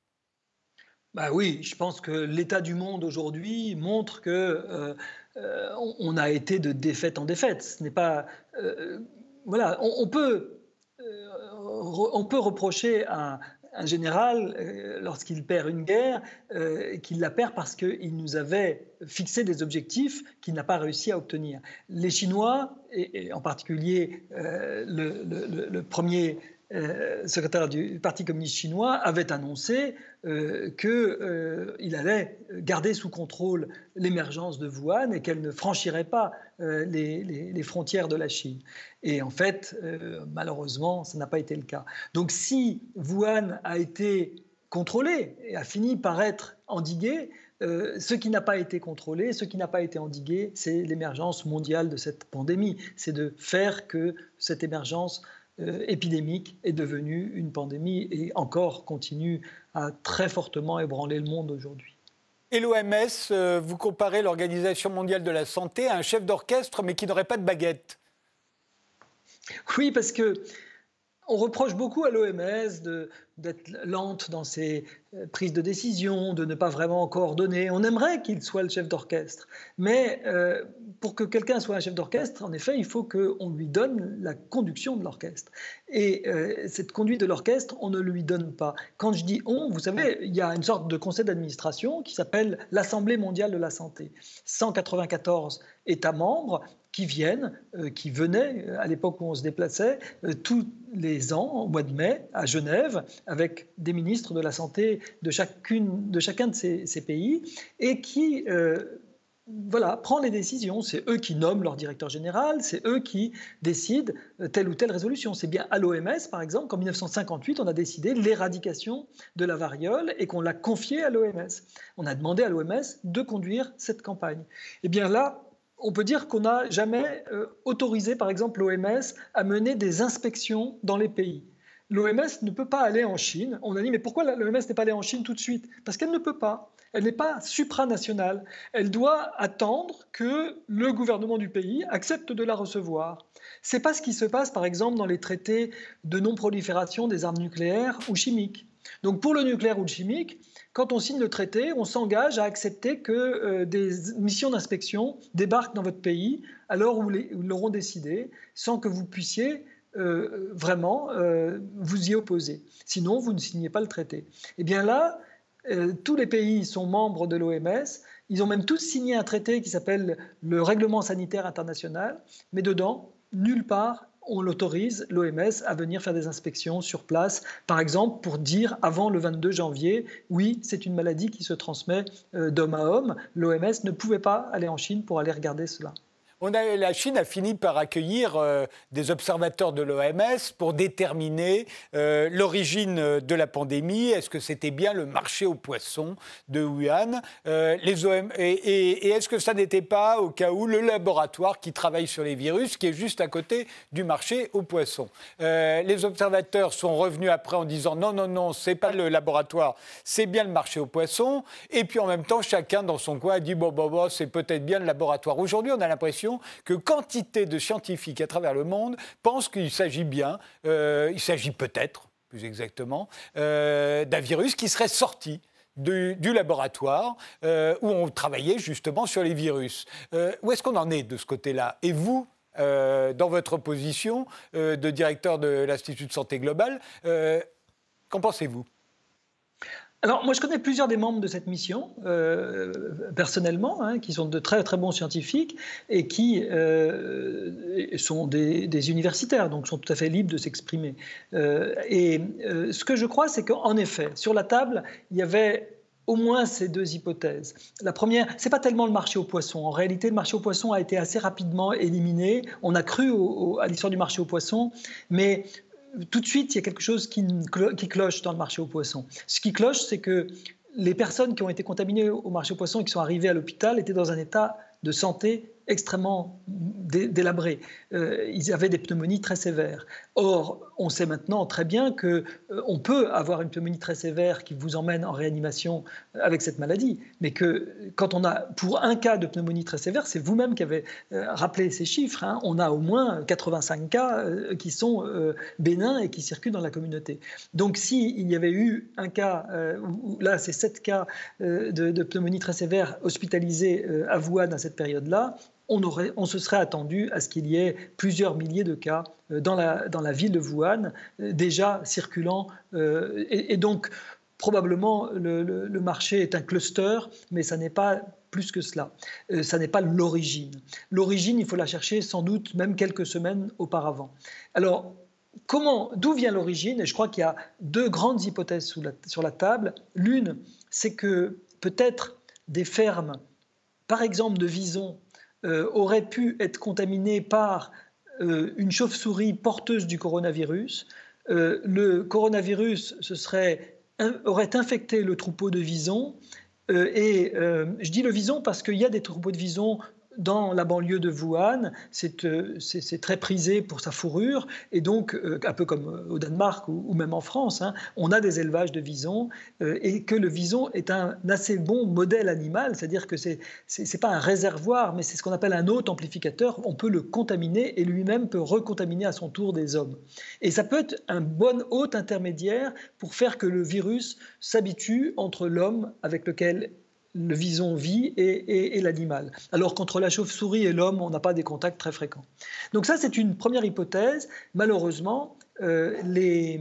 Bah oui, je pense que l'état du monde aujourd'hui montre que euh, euh, on a été de défaite en défaite. Ce n'est pas, euh, voilà, on, on peut, euh, re, on peut reprocher à un général euh, lorsqu'il perd une guerre, euh, qu'il la perd parce qu'il nous avait fixé des objectifs qu'il n'a pas réussi à obtenir. Les Chinois, et, et en particulier euh, le, le, le premier Euh, secrétaire du Parti communiste chinois, avait annoncé euh, qu'il euh, allait garder sous contrôle l'émergence de Wuhan et qu'elle ne franchirait pas euh, les, les, les frontières de la Chine. Et en fait, euh, malheureusement, ça n'a pas été le cas. Donc si Wuhan a été contrôlé et a fini par être endigué, Euh, ce qui n'a pas été contrôlé, ce qui n'a pas été endigué, c'est l'émergence mondiale de cette pandémie. C'est de faire que cette émergence euh, épidémique est devenue une pandémie et encore continue à très fortement ébranler le monde aujourd'hui. Et l'O M S, euh, vous comparez l'Organisation mondiale de la santé à un chef d'orchestre, mais qui n'aurait pas de baguette. Oui, parce que on reproche beaucoup à l'O M S de, d'être lente dans ses prises de décision, de ne pas vraiment coordonner. On aimerait qu'il soit le chef d'orchestre. Mais euh, pour que quelqu'un soit un chef d'orchestre, en effet, il faut qu'on lui donne la conduction de l'orchestre. Et euh, cette conduite de l'orchestre, on ne lui donne pas. Quand je dis « on », vous savez, il y a une sorte de conseil d'administration qui s'appelle l'Assemblée mondiale de la santé. cent quatre-vingt-quatorze États membres qui viennent, euh, qui venaient, à l'époque où on se déplaçait, euh, tous les ans, au mois de mai, à Genève, avec des ministres de la Santé de, chacune, de chacun de ces, ces pays, et qui euh, voilà, prend les décisions. C'est eux qui nomment leur directeur général, c'est eux qui décident telle ou telle résolution. C'est bien à l'O M S, par exemple, qu'en dix-neuf cent cinquante-huit, on a décidé l'éradication de la variole et qu'on l'a confiée à l'O M S. On a demandé à l'O M S de conduire cette campagne. Et bien là, on peut dire qu'on n'a jamais euh, autorisé, par exemple, l'O M S à mener des inspections dans les pays. L'O M S ne peut pas aller en Chine. On a dit, mais pourquoi l'O M S n'est pas allée en Chine tout de suite? Parce qu'elle ne peut pas. Elle n'est pas supranationale. Elle doit attendre que le gouvernement du pays accepte de la recevoir. Ce n'est pas ce qui se passe, par exemple, dans les traités de non-prolifération des armes nucléaires ou chimiques. Donc pour le nucléaire ou le chimique, quand on signe le traité, on s'engage à accepter que euh, des missions d'inspection débarquent dans votre pays à l'heure où, les, où ils l'auront décidé, sans que vous puissiez euh, vraiment euh, vous y opposer. Sinon, vous ne signez pas le traité. Et bien là, euh, tous les pays sont membres de l'O M S. Ils ont même tous signé un traité qui s'appelle le Règlement sanitaire international, mais dedans, nulle part, on l'autorise, l'O M S, à venir faire des inspections sur place, par exemple pour dire avant le vingt-deux janvier, oui, c'est une maladie qui se transmet euh, d'homme à homme. L'O M S ne pouvait pas aller en Chine pour aller regarder cela. On a, la Chine a fini par accueillir euh, des observateurs de l'O M S pour déterminer euh, l'origine de la pandémie. Est-ce que c'était bien le marché aux poissons de Wuhan euh, les O M et, et, et est-ce que ça n'était pas, au cas où, le laboratoire qui travaille sur les virus, qui est juste à côté du marché aux poissons euh, Les observateurs sont revenus après en disant non, non, non, c'est pas le laboratoire, c'est bien le marché aux poissons. Et puis en même temps, chacun dans son coin a dit bon, bon, bon, c'est peut-être bien le laboratoire. Aujourd'hui, on a l'impression que quantité de scientifiques à travers le monde pensent qu'il s'agit bien, euh, il s'agit peut-être, plus exactement, euh, d'un virus qui serait sorti du, du laboratoire euh, où on travaillait justement sur les virus. Euh, où est-ce qu'on en est de ce côté-là ? Et vous, euh, dans votre position euh, de directeur de l'Institut de santé globale, euh, qu'en pensez-vous ? Alors, moi, je connais plusieurs des membres de cette mission, euh, personnellement, hein, qui sont de très, très bons scientifiques et qui euh, sont des, des universitaires, donc sont tout à fait libres de s'exprimer. Euh, et euh, ce que je crois, c'est qu'en effet, sur la table, il y avait au moins ces deux hypothèses. La première, ce n'est pas tellement le marché aux poissons. En réalité, le marché aux poissons a été assez rapidement éliminé. On a cru au, au, à l'histoire du marché aux poissons, mais tout de suite, il y a quelque chose qui, qui cloche dans le marché aux poissons. Ce qui cloche, c'est que les personnes qui ont été contaminées au marché aux poissons et qui sont arrivées à l'hôpital étaient dans un état de santé extrêmement délabré. Euh, ils avaient des pneumonies très sévères. Or, on sait maintenant très bien qu'on euh, peut avoir une pneumonie très sévère qui vous emmène en réanimation avec cette maladie, mais que quand on a, pour un cas de pneumonie très sévère, c'est vous-même qui avez euh, rappelé ces chiffres, hein, on a au moins quatre-vingt-cinq cas euh, qui sont euh, bénins et qui circulent dans la communauté. Donc, s'il y avait eu un cas, euh, où, là, c'est sept cas euh, de, de pneumonie très sévère hospitalisés euh, à Wuhan à cette période-là, On, aurait, on se serait attendu à ce qu'il y ait plusieurs milliers de cas dans la, dans la ville de Wuhan, déjà circulant. Euh, et, et donc, probablement, le, le, le marché est un cluster, mais ça n'est pas plus que cela. Euh, ça n'est pas l'origine. L'origine, il faut la chercher sans doute même quelques semaines auparavant. Alors, comment, d'où vient l'origine ? Et je crois qu'il y a deux grandes hypothèses sous la, sur la table. L'une, c'est que peut-être des fermes, par exemple de visons, Euh, aurait pu être contaminé par euh, une chauve-souris porteuse du coronavirus. Euh, le coronavirus se serait, in, aurait infecté le troupeau de visons. Euh, et euh, je dis le vison parce qu'il y a des troupeaux de visons dans la banlieue de Wuhan, c'est, euh, c'est, c'est très prisé pour sa fourrure, et donc, euh, un peu comme au Danemark ou, ou même en France, hein, on a des élevages de visons, euh, et que le vison est un assez bon modèle animal, c'est-à-dire que c'est, c'est, c'est pas un réservoir, mais c'est ce qu'on appelle un hôte amplificateur, on peut le contaminer, et lui-même peut recontaminer à son tour des hommes. Et ça peut être un bon hôte intermédiaire pour faire que le virus s'habitue entre l'homme avec lequel le vison vit et, et, et l'animal. Alors qu'entre la chauve-souris et l'homme, on n'a pas des contacts très fréquents. Donc ça, c'est une première hypothèse. Malheureusement, euh, les,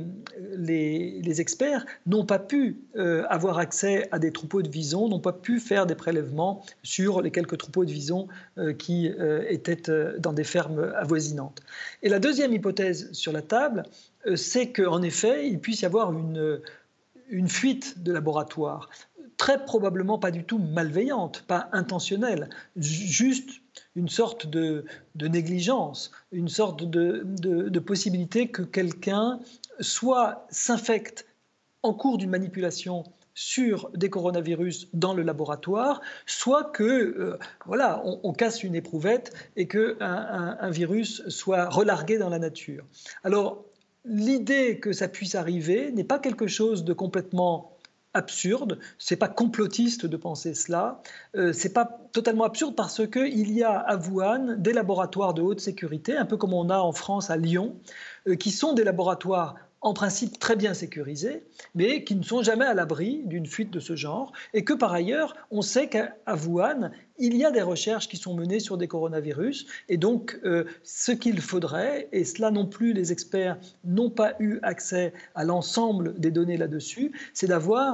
les, les experts n'ont pas pu euh, avoir accès à des troupeaux de visons, n'ont pas pu faire des prélèvements sur les quelques troupeaux de visons euh, qui euh, étaient euh, dans des fermes avoisinantes. Et la deuxième hypothèse sur la table, euh, c'est qu'en effet, il puisse y avoir une, une fuite de laboratoire, très probablement pas du tout malveillante, pas intentionnelle, juste une sorte de, de négligence, une sorte de, de, de possibilité que quelqu'un soit s'infecte en cours d'une manipulation sur des coronavirus dans le laboratoire, soit que euh, voilà, on, on casse une éprouvette et qu'un un, un virus soit relargué dans la nature. Alors, l'idée que ça puisse arriver n'est pas quelque chose de complètement absurde, c'est pas complotiste de penser cela, euh, c'est pas totalement absurde parce qu'il y a à Wuhan des laboratoires de haute sécurité, un peu comme on a en France à Lyon, euh, qui sont des laboratoires en principe très bien sécurisés, mais qui ne sont jamais à l'abri d'une fuite de ce genre, et que par ailleurs, on sait qu'à Wuhan, il y a des recherches qui sont menées sur des coronavirus, et donc euh, ce qu'il faudrait, et cela non plus les experts n'ont pas eu accès à l'ensemble des données là-dessus, c'est d'avoir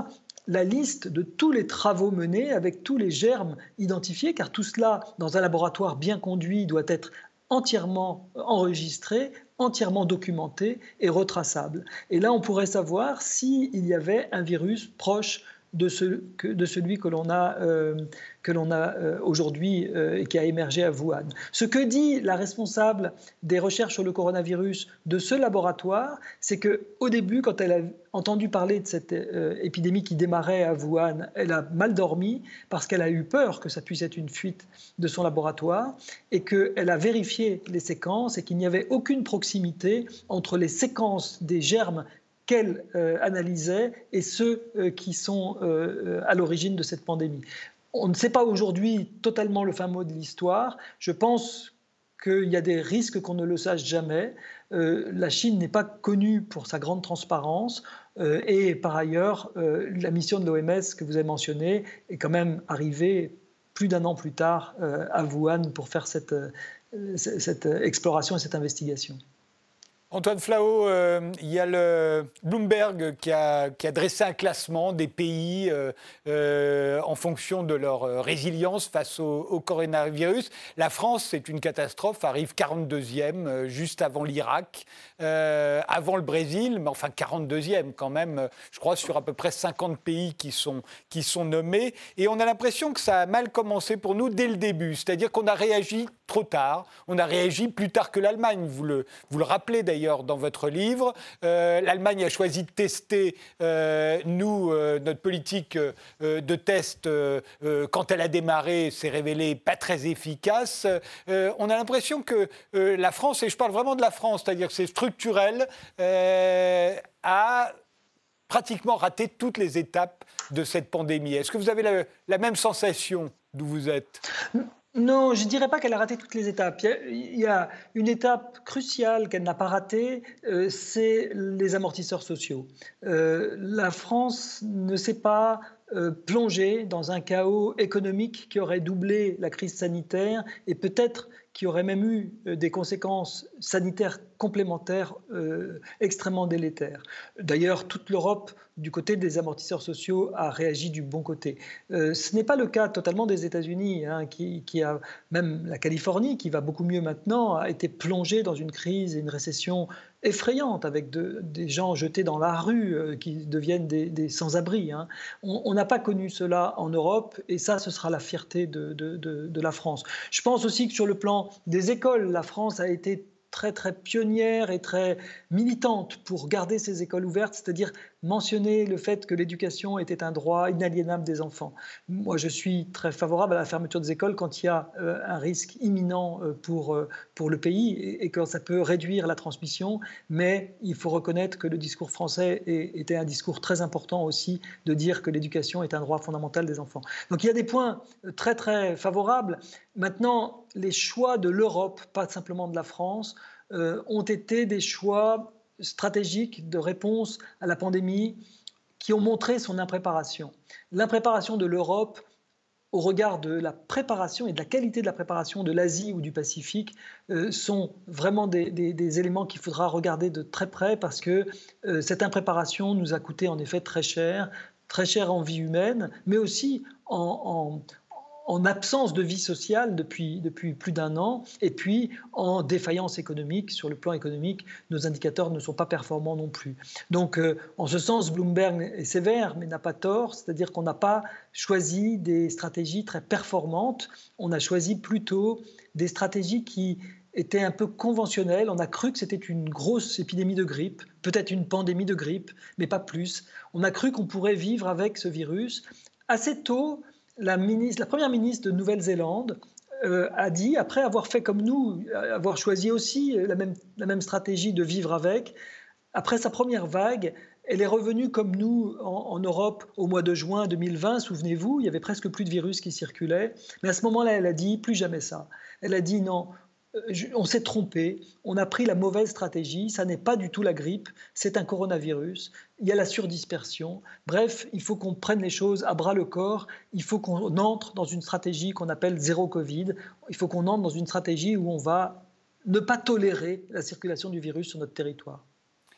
la liste de tous les travaux menés avec tous les germes identifiés, car tout cela, dans un laboratoire bien conduit, doit être entièrement enregistré, entièrement documenté et retraçable. Et là, on pourrait savoir s'il y avait un virus proche de, ce, de celui que l'on a, euh, que l'on a euh, aujourd'hui euh, et qui a émergé à Wuhan. Ce que dit la responsable des recherches sur le coronavirus de ce laboratoire, c'est qu'au début, quand elle a entendu parler de cette euh, épidémie qui démarrait à Wuhan, elle a mal dormi parce qu'elle a eu peur que ça puisse être une fuite de son laboratoire et qu'elle a vérifié les séquences et qu'il n'y avait aucune proximité entre les séquences des germes qu'elle euh, analysait et ceux euh, qui sont euh, à l'origine de cette pandémie. On ne sait pas aujourd'hui totalement le fin mot de l'histoire. Je pense qu'il y a des risques qu'on ne le sache jamais. Euh, la Chine n'est pas connue pour sa grande transparence euh, et par ailleurs, euh, la mission de l'O M S que vous avez mentionnée est quand même arrivée plus d'un an plus tard euh, à Wuhan pour faire cette, euh, cette exploration et cette investigation. Antoine Flahault, euh, il y a le Bloomberg qui a, qui a dressé un classement des pays euh, euh, en fonction de leur euh, résilience face au, au coronavirus. La France, c'est une catastrophe, arrive quarante-deuxième, euh, juste avant l'Irak, euh, avant le Brésil, mais enfin quarante-deuxième quand même, je crois, sur à peu près cinquante pays qui sont, qui sont nommés. Et on a l'impression que ça a mal commencé pour nous dès le début, c'est-à-dire qu'on a réagi trop tard, on a réagi plus tard que l'Allemagne, vous le, vous le rappelez d'ailleurs. D'ailleurs, dans votre livre, euh, l'Allemagne a choisi de tester. Euh, nous, euh, notre politique euh, de test, euh, euh, quand elle a démarré, s'est révélée pas très efficace. Euh, on a l'impression que euh, la France, et je parle vraiment de la France, c'est-à-dire que c'est structurel, euh, a pratiquement raté toutes les étapes de cette pandémie. Est-ce que vous avez la, la même sensation d'où vous êtes ? Non, je ne dirais pas qu'elle a raté toutes les étapes. Il y a une étape cruciale qu'elle n'a pas ratée, euh, c'est les amortisseurs sociaux. Euh, la France ne s'est pas euh, plongée dans un chaos économique qui aurait doublé la crise sanitaire et peut-être qui aurait même eu des conséquences sanitaires complémentaires euh, extrêmement délétères. D'ailleurs, toute l'Europe, du côté des amortisseurs sociaux, a réagi du bon côté. Euh, ce n'est pas le cas totalement des États-Unis, hein, qui, qui a, même la Californie, qui va beaucoup mieux maintenant, a été plongée dans une crise et une récession effrayante, avec de, des gens jetés dans la rue euh, qui deviennent des, des sans-abri. Hein. On n'a pas connu cela en Europe, et ça, ce sera la fierté de, de, de, de la France. Je pense aussi que sur le plan des écoles, la France a été très très pionnière et très militante pour garder ces écoles ouvertes, c'est-à-dire mentionner le fait que l'éducation était un droit inaliénable des enfants. Moi, je suis très favorable à la fermeture des écoles quand il y a euh, un risque imminent euh, pour, euh, pour le pays et, et quand ça peut réduire la transmission, mais il faut reconnaître que le discours français est, était un discours très important aussi de dire que l'éducation est un droit fondamental des enfants. Donc il y a des points très très favorables. Maintenant, les choix de l'Europe, pas simplement de la France, euh, ont été des choix stratégiques de réponse à la pandémie qui ont montré son impréparation. L'impréparation de l'Europe au regard de la préparation et de la qualité de la préparation de l'Asie ou du Pacifique euh, sont vraiment des, des, des éléments qu'il faudra regarder de très près parce que euh, cette impréparation nous a coûté en effet très cher, très cher en vie humaine, mais aussi en, en en absence de vie sociale depuis, depuis plus d'un an, et puis en défaillance économique. Sur le plan économique, nos indicateurs ne sont pas performants non plus. Donc, euh, en ce sens, Bloomberg est sévère, mais n'a pas tort, c'est-à-dire qu'on n'a pas choisi des stratégies très performantes, on a choisi plutôt des stratégies qui étaient un peu conventionnelles. On a cru que c'était une grosse épidémie de grippe, peut-être une pandémie de grippe, mais pas plus. On a cru qu'on pourrait vivre avec ce virus. Assez tôt, La, ministre, la première ministre de Nouvelle-Zélande euh, a dit, après avoir fait comme nous, avoir choisi aussi la même, la même stratégie de vivre avec, après sa première vague, elle est revenue comme nous en, en Europe au mois de juin deux mille vingt, souvenez-vous, il y avait presque plus de virus qui circulaient, mais à ce moment-là, elle a dit, plus jamais ça. Elle a dit non, on s'est trompé, on a pris la mauvaise stratégie, ça n'est pas du tout la grippe, c'est un coronavirus, il y a la surdispersion. Bref, il faut qu'on prenne les choses à bras le corps, il faut qu'on entre dans une stratégie qu'on appelle zéro Covid, il faut qu'on entre dans une stratégie où on va ne pas tolérer la circulation du virus sur notre territoire.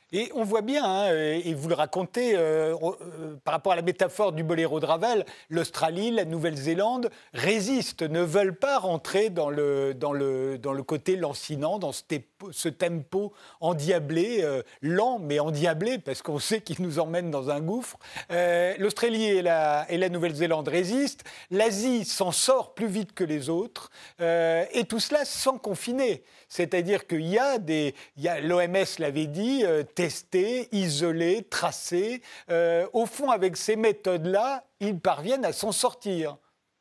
Et on voit bien, hein, et vous le racontez, euh, euh, par rapport à la métaphore du boléro de Ravel, l'Australie, la Nouvelle-Zélande résistent, ne veulent pas rentrer dans le, dans le, dans le côté lancinant, dans ce, tempo, ce tempo endiablé, euh, lent mais endiablé, parce qu'on sait qu'il nous emmène dans un gouffre. Euh, L'Australie et la, et la Nouvelle-Zélande résistent, l'Asie s'en sort plus vite que les autres, euh, et tout cela sans confiner. C'est-à-dire qu'il y a des... Il y a, l'O M S l'avait dit, euh, tester, isoler, tracer. Euh, au fond, avec ces méthodes-là, ils parviennent à s'en sortir.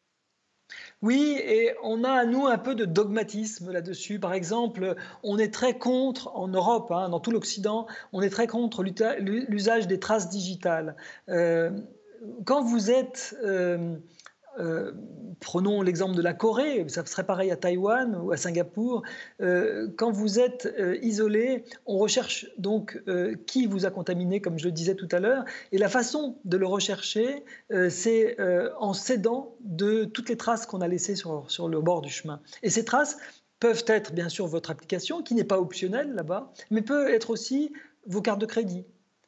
Oui, et on a à nous un peu de dogmatisme là-dessus. Par exemple, on est très contre, en Europe, hein, dans tout l'Occident, on est très contre l'usage des traces digitales. Euh, quand vous êtes... Euh, Euh, prenons l'exemple de la Corée, ça serait pareil à Taïwan ou à Singapour. Euh, quand vous êtes euh, isolé, on recherche donc euh, qui vous a contaminé, comme je le disais tout à l'heure. Et la façon de le rechercher, euh, c'est euh, en s'aidant de toutes les traces qu'on a laissées sur, sur le bord du chemin. Et ces traces peuvent être bien sûr votre application, qui n'est pas optionnelle là-bas, mais peut être aussi vos cartes de crédit.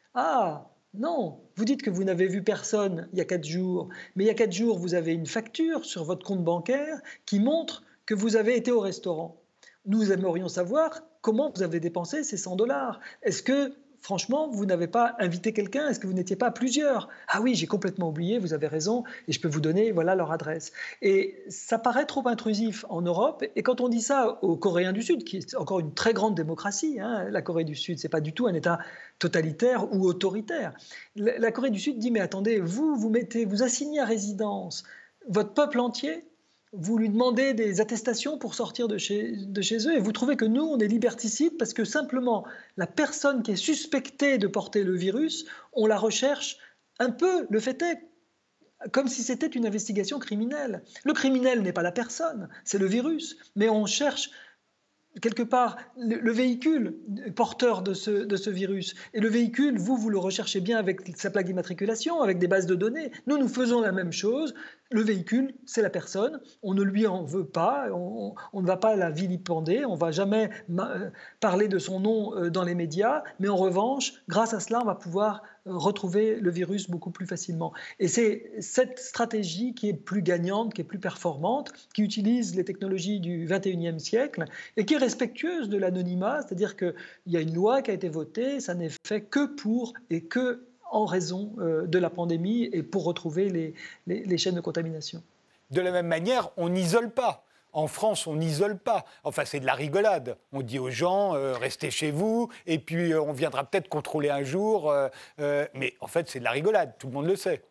Ah, non, vous dites que vous n'avez vu personne il y a quatre jours, mais il y a quatre jours, vous avez une facture sur votre compte bancaire qui montre que vous avez été au restaurant. Nous aimerions savoir comment vous avez dépensé ces cent dollars. Est-ce que, franchement, vous n'avez pas invité quelqu'un? Est-ce que vous n'étiez pas à plusieurs? Ah oui, j'ai complètement oublié, vous avez raison, et je peux vous donner, voilà leur adresse. Et ça paraît trop intrusif en Europe, et quand on dit ça aux Coréens du Sud, qui est encore une très grande démocratie, hein, la Corée du Sud, c'est pas du tout un État totalitaire ou autoritaire. La Corée du Sud dit, mais attendez, vous, vous mettez, vous assignez à résidence votre peuple entier, vous lui demandez des attestations pour sortir de chez, de chez eux, et vous trouvez que nous, on est liberticides parce que simplement, la personne qui est suspectée de porter le virus, on la recherche un peu, le fait est, comme si c'était une investigation criminelle. Le criminel n'est pas la personne, c'est le virus, mais on cherche quelque part, le, le véhicule porteur de ce, de ce virus. Et le véhicule, vous, vous le recherchez bien avec sa plaque d'immatriculation, avec des bases de données. Nous, nous faisons la même chose. Le véhicule, c'est la personne. On ne lui en veut pas. On, on ne va pas la vilipender. On ne va jamais parler de son nom dans les médias. Mais en revanche, grâce à cela, on va pouvoir retrouver le virus beaucoup plus facilement. Et c'est cette stratégie qui est plus gagnante, qui est plus performante, qui utilise les technologies du vingt et unième siècle et qui est respectueuse de l'anonymat, c'est-à-dire qu'il y a une loi qui a été votée, ça n'est fait que pour et que en raison euh, de la pandémie et pour retrouver les, les, les chaînes de contamination. De la même manière, on n'isole pas. En France, on n'isole pas. Enfin, c'est de la rigolade. On dit aux gens, euh, restez chez vous, et puis euh, on viendra peut-être contrôler un jour. Euh, euh, mais en fait, c'est de la rigolade, tout le monde le sait.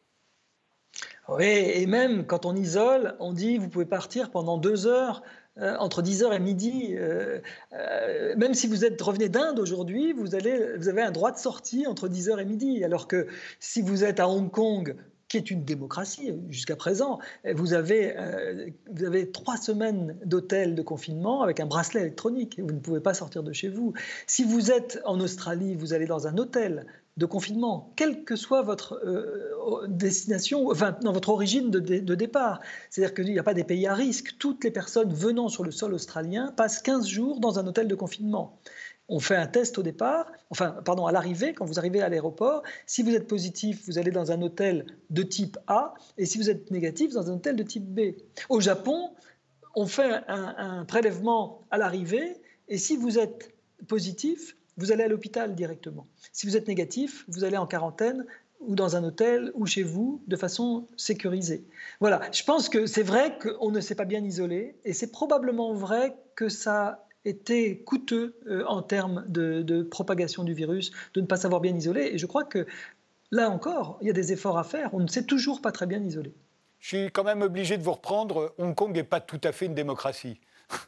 Oui, et même quand on isole, on dit, vous pouvez partir pendant deux heures, euh, entre dix heures et midi. Euh, euh, même si vous êtes revenez d'Inde aujourd'hui, vous, allez, vous avez un droit de sortie entre dix heures et midi. Alors que si vous êtes à Hong Kong, qui est une démocratie jusqu'à présent, vous avez, euh, vous avez trois semaines d'hôtel de confinement avec un bracelet électronique. Vous ne pouvez pas sortir de chez vous. Si vous êtes en Australie, vous allez dans un hôtel de confinement, quelle que soit votre euh, destination, enfin, non, votre origine de, de, de départ. C'est-à-dire qu'il n'y a pas des pays à risque. Toutes les personnes venant sur le sol australien passent quinze jours dans un hôtel de confinement. On fait un test au départ, enfin, pardon, à l'arrivée, quand vous arrivez à l'aéroport. Si vous êtes positif, vous allez dans un hôtel de type A, et si vous êtes négatif, dans un hôtel de type B. Au Japon, on fait un, un prélèvement à l'arrivée, et si vous êtes positif, vous allez à l'hôpital directement. Si vous êtes négatif, vous allez en quarantaine ou dans un hôtel ou chez vous de façon sécurisée. Voilà, je pense que c'est vrai qu'on ne s'est pas bien isolé, et c'est probablement vrai que ça était coûteux euh, en termes de, de propagation du virus, de ne pas savoir bien isoler. Et je crois que, là encore, il y a des efforts à faire. On ne sait toujours pas très bien isoler. Je suis quand même obligé de vous reprendre. Hong Kong n'est pas tout à fait une démocratie.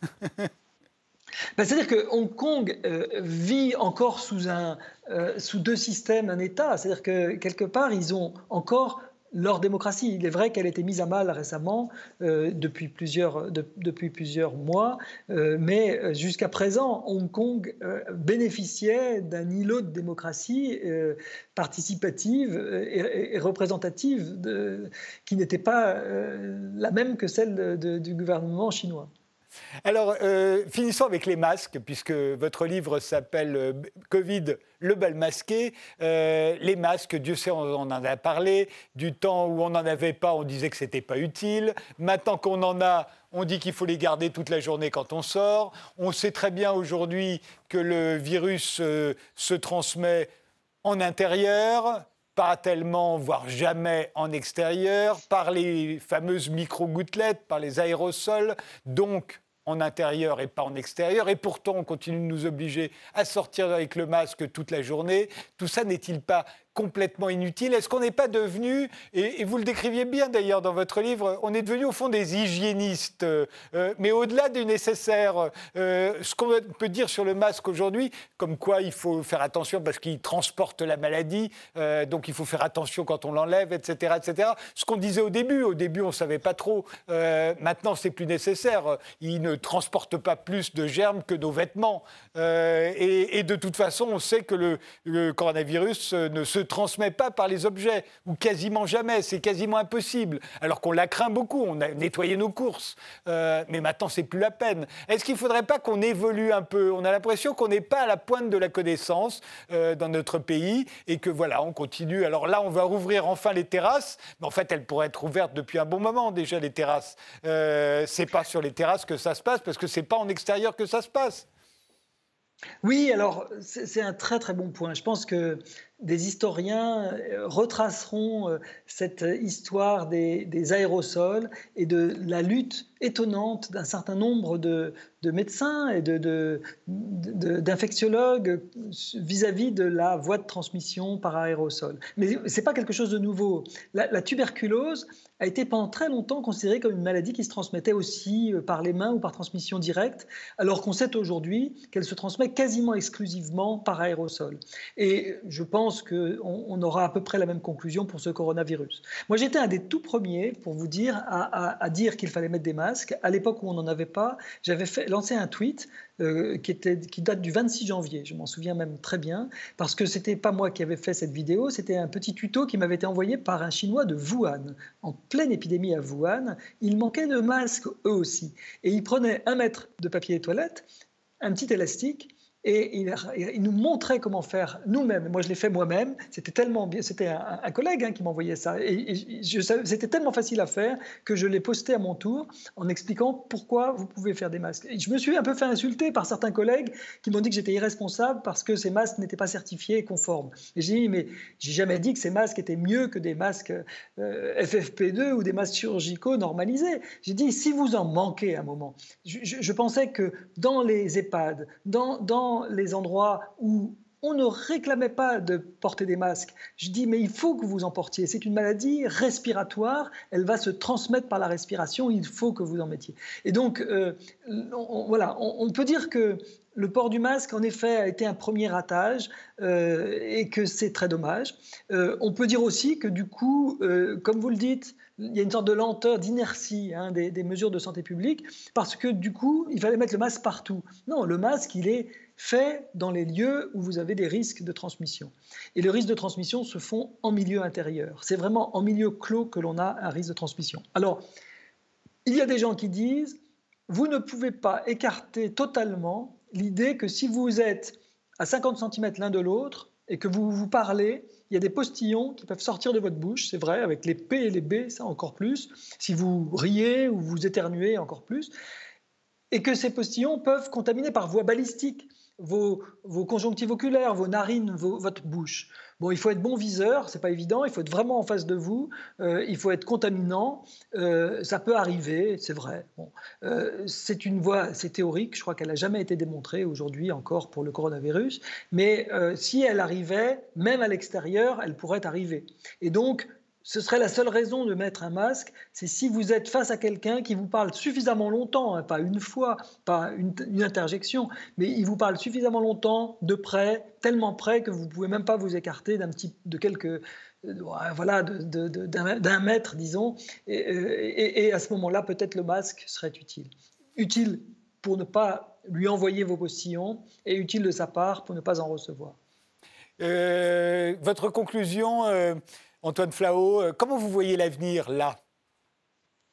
Ben, c'est-à-dire que Hong Kong euh, vit encore sous, un, euh, sous deux systèmes, un État. C'est-à-dire que, quelque part, ils ont encore leur démocratie. Il est vrai qu'elle a été mise à mal récemment, euh, depuis, plusieurs, de, depuis plusieurs mois, euh, mais jusqu'à présent, Hong Kong euh, bénéficiait d'un îlot de démocratie euh, participative et, et représentative de, qui n'était pas euh, la même que celle de, de, du gouvernement chinois. Alors, euh, finissons avec les masques, puisque votre livre s'appelle euh, Covid, le bal masqué. Euh, les masques, Dieu sait, on, on en a parlé. Du temps où on n'en avait pas, on disait que ce n'était pas utile. Maintenant qu'on en a, on dit qu'il faut les garder toute la journée quand on sort. On sait très bien aujourd'hui que le virus euh, se transmet en intérieur, pas tellement, voire jamais en extérieur, par les fameuses micro-gouttelettes, par les aérosols, donc en intérieur et pas en extérieur. Et pourtant, on continue de nous obliger à sortir avec le masque toute la journée. Tout ça n'est-il pas complètement inutile? Est-ce qu'on n'est pas devenu, et, et vous le décriviez bien d'ailleurs dans votre livre, on est devenu au fond des hygiénistes, euh, mais au-delà du nécessaire. Euh, ce qu'on peut dire sur le masque aujourd'hui, comme quoi il faut faire attention parce qu'il transporte la maladie, euh, donc il faut faire attention quand on l'enlève, et cetera, et cetera. Ce qu'on disait au début, au début on ne savait pas trop, euh, maintenant c'est plus nécessaire. Il ne transporte pas plus de germes que nos vêtements. Euh, et, et de toute façon, on sait que le, le coronavirus ne se transmet pas par les objets, ou quasiment jamais, c'est quasiment impossible, alors qu'on la craint beaucoup, on a nettoyé nos courses, euh, mais maintenant c'est plus la peine. Est-ce qu'il ne faudrait pas qu'on évolue un peu? On a l'impression qu'on n'est pas à la pointe de la connaissance euh, dans notre pays, et que voilà, on continue. Alors là, on va rouvrir enfin les terrasses, mais en fait, elles pourraient être ouvertes depuis un bon moment déjà, les terrasses. Euh, c'est pas sur les terrasses que ça se passe, parce que c'est pas en extérieur que ça se passe. Oui, alors c'est un très très bon point. Je pense que des historiens retraceront cette histoire des, des aérosols et de la lutte étonnante d'un certain nombre de, de médecins et de, de, de, d'infectiologues vis-à-vis de la voie de transmission par aérosol. Mais ce n'est pas quelque chose de nouveau. La, la tuberculose a été pendant très longtemps considérée comme une maladie qui se transmettait aussi par les mains ou par transmission directe, alors qu'on sait aujourd'hui qu'elle se transmet quasiment exclusivement par aérosol. Et je pense qu'on on aura à peu près la même conclusion pour ce coronavirus. Moi, j'étais un des tout premiers, pour vous dire, à, à, à dire qu'il fallait mettre des masques. À l'époque où on n'en avait pas, j'avais fait, lancé un tweet euh, qui, était, qui date du vingt-six janvier, je m'en souviens même très bien, parce que ce n'était pas moi qui avais fait cette vidéo, c'était un petit tuto qui m'avait été envoyé par un Chinois de Wuhan. En pleine épidémie à Wuhan, il manquait de masques eux aussi. Et ils prenaient un mètre de papier toilette, un petit élastique, et il, il nous montrait comment faire nous-mêmes. Moi, je l'ai fait moi-même. C'était tellement bien. C'était un, un collègue hein, qui m'envoyait ça. Et, et je, c'était tellement facile à faire que je l'ai posté à mon tour en expliquant pourquoi vous pouvez faire des masques. Et je me suis un peu fait insulter par certains collègues qui m'ont dit que j'étais irresponsable parce que ces masques n'étaient pas certifiés et conformes. Et j'ai dit, mais j'ai jamais dit que ces masques étaient mieux que des masques euh, F F P deux ou des masques chirurgicaux normalisés. J'ai dit, si vous en manquez à un moment, je, je, je pensais que dans les EHPAD, dans, dans les endroits où on ne réclamait pas de porter des masques. Je dis, mais il faut que vous en portiez. C'est une maladie respiratoire. Elle va se transmettre par la respiration. Il faut que vous en mettiez. Et donc, euh, on, voilà, on, on peut dire que le port du masque, en effet, a été un premier ratage euh, et que c'est très dommage. Euh, on peut dire aussi que du coup, euh, comme vous le dites, il y a une sorte de lenteur, d'inertie hein, des, des mesures de santé publique parce que du coup, il fallait mettre le masque partout. Non, le masque, il est fait dans les lieux où vous avez des risques de transmission. Et les risques de transmission se font en milieu intérieur. C'est vraiment en milieu clos que l'on a un risque de transmission. Alors, il y a des gens qui disent, vous ne pouvez pas écarter totalement l'idée que si vous êtes à cinquante centimètres l'un de l'autre et que vous vous parlez, il y a des postillons qui peuvent sortir de votre bouche, c'est vrai, avec les P et les B, ça encore plus. Si vous riez ou vous éternuez, encore plus. Et que ces postillons peuvent contaminer par voie balistique vos, vos conjonctives oculaires, vos narines, vos, votre bouche. Bon, il faut être bon viseur, c'est pas évident, il faut être vraiment en face de vous, euh, il faut être contaminant, euh, ça peut arriver, c'est vrai. Bon, euh, c'est une voie, c'est théorique, je crois qu'elle n'a jamais été démontrée aujourd'hui encore pour le coronavirus, mais euh, si elle arrivait, même à l'extérieur, elle pourrait arriver. Et donc, ce serait la seule raison de mettre un masque, c'est si vous êtes face à quelqu'un qui vous parle suffisamment longtemps, hein, pas une fois, pas une, une interjection, mais il vous parle suffisamment longtemps, de près, tellement près que vous ne pouvez même pas vous écarter d'un petit, de quelques, euh, voilà, de, de, de, d'un, d'un mètre, disons, et, et, et à ce moment-là, peut-être le masque serait utile. Utile pour ne pas lui envoyer vos postillons et utile de sa part pour ne pas en recevoir. Euh, votre conclusion euh... Antoine Flahault, comment vous voyez l'avenir là ?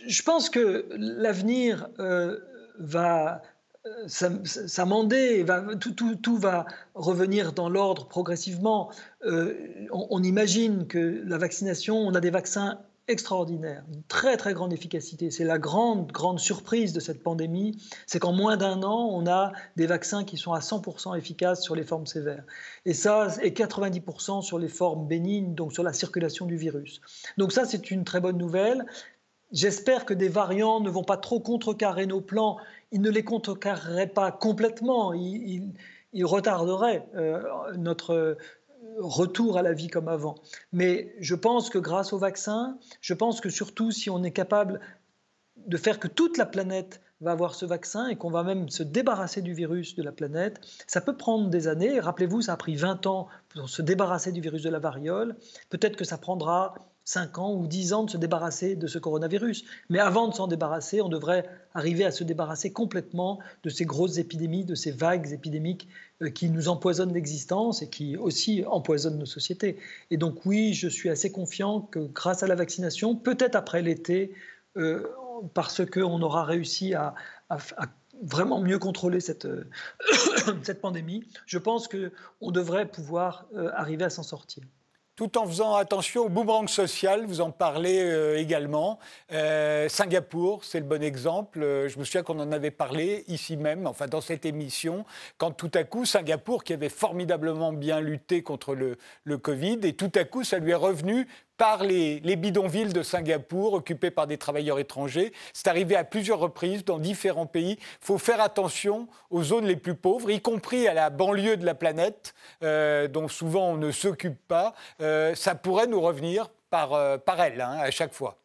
Je pense que l'avenir euh, va euh, s'am- s'amender, va, tout, tout- tout va revenir dans l'ordre progressivement. Euh, on, on imagine que la vaccination, on a des vaccins extraordinaires, une très très grande efficacité. C'est la grande grande surprise de cette pandémie, c'est qu'en moins d'un an, on a des vaccins qui sont à cent pour cent efficaces sur les formes sévères. Et ça, et quatre-vingt-dix pour cent sur les formes bénignes, donc sur la circulation du virus. Donc ça, c'est une très bonne nouvelle. J'espère que des variants ne vont pas trop contrecarrer nos plans. Ils ne les contrecarreraient pas complètement. Ils, ils- ils retarderaient euh, notre retour à la vie comme avant. Mais je pense que grâce au vaccin, je pense que surtout si on est capable de faire que toute la planète va avoir ce vaccin et qu'on va même se débarrasser du virus de la planète, ça peut prendre des années. Rappelez-vous, ça a pris vingt ans pour se débarrasser du virus de la variole. Peut-être que ça prendra cinq ans ou dix ans de se débarrasser de ce coronavirus. Mais avant de s'en débarrasser, on devrait arriver à se débarrasser complètement de ces grosses épidémies, de ces vagues épidémiques euh, qui nous empoisonnent l'existence et qui aussi empoisonnent nos sociétés. Et donc oui, je suis assez confiant que grâce à la vaccination, peut-être après l'été, euh, parce qu'on aura réussi à, à, à, vraiment mieux contrôler cette, cette pandémie, je pense qu'on devrait pouvoir euh, arriver à s'en sortir. Tout en faisant attention au boomerang social, vous en parlez euh, également. Euh, Singapour, c'est le bon exemple. Euh, je me souviens qu'on en avait parlé ici même, enfin dans cette émission, quand tout à coup, Singapour, qui avait formidablement bien lutté contre le, le Covid, et tout à coup, ça lui est revenu par les, les bidonvilles de Singapour, occupés par des travailleurs étrangers. C'est arrivé à plusieurs reprises dans différents pays. Il faut faire attention aux zones les plus pauvres, y compris à la banlieue de la planète, euh, dont souvent on ne s'occupe pas. Euh, ça pourrait nous revenir par, euh, par elle, hein, à chaque fois.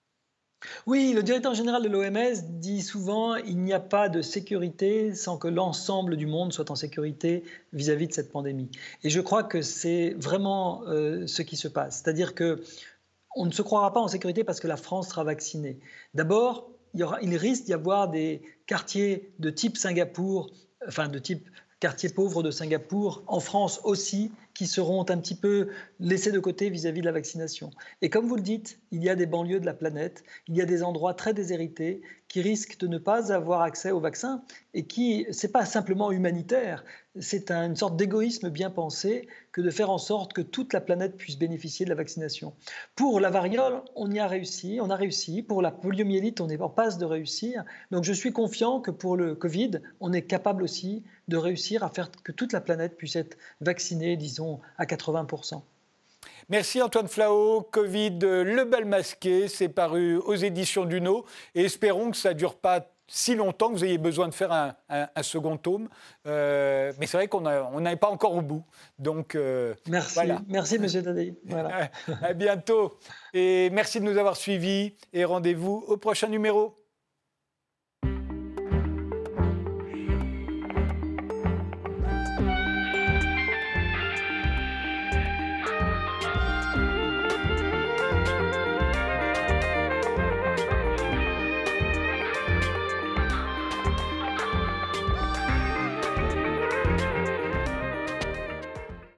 Oui, le directeur général de l'O M S dit souvent il n'y a pas de sécurité sans que l'ensemble du monde soit en sécurité vis-à-vis de cette pandémie. Et je crois que c'est vraiment euh, ce qui se passe. C'est-à-dire que on ne se croira pas en sécurité parce que la France sera vaccinée. D'abord, il, y aura, il risque d'y avoir des quartiers de type Singapour, enfin de type quartier pauvre de Singapour, en France aussi, qui seront un petit peu laissés de côté vis-à-vis de la vaccination. Et comme vous le dites, il y a des banlieues de la planète, il y a des endroits très déshérités qui risquent de ne pas avoir accès au vaccin et qui, ce n'est pas simplement humanitaire, c'est une sorte d'égoïsme bien pensé que de faire en sorte que toute la planète puisse bénéficier de la vaccination. Pour la variole, on y a réussi, on a réussi. Pour la poliomyélite, on est en passe de réussir. Donc je suis confiant que pour le Covid, on est capable aussi de réussir à faire que toute la planète puisse être vaccinée, disons, à quatre-vingts pour cent. Merci Antoine Flahault. Covid, le bal masqué, c'est paru aux éditions Duno. Et espérons que ça ne dure pas si longtemps que vous ayez besoin de faire un, un, un second tome. Euh, mais c'est vrai qu'on n'est pas encore au bout. Donc, euh, merci, voilà. merci Monsieur Tadei. Voilà. À bientôt. Et merci de nous avoir suivis. Et rendez-vous au prochain numéro.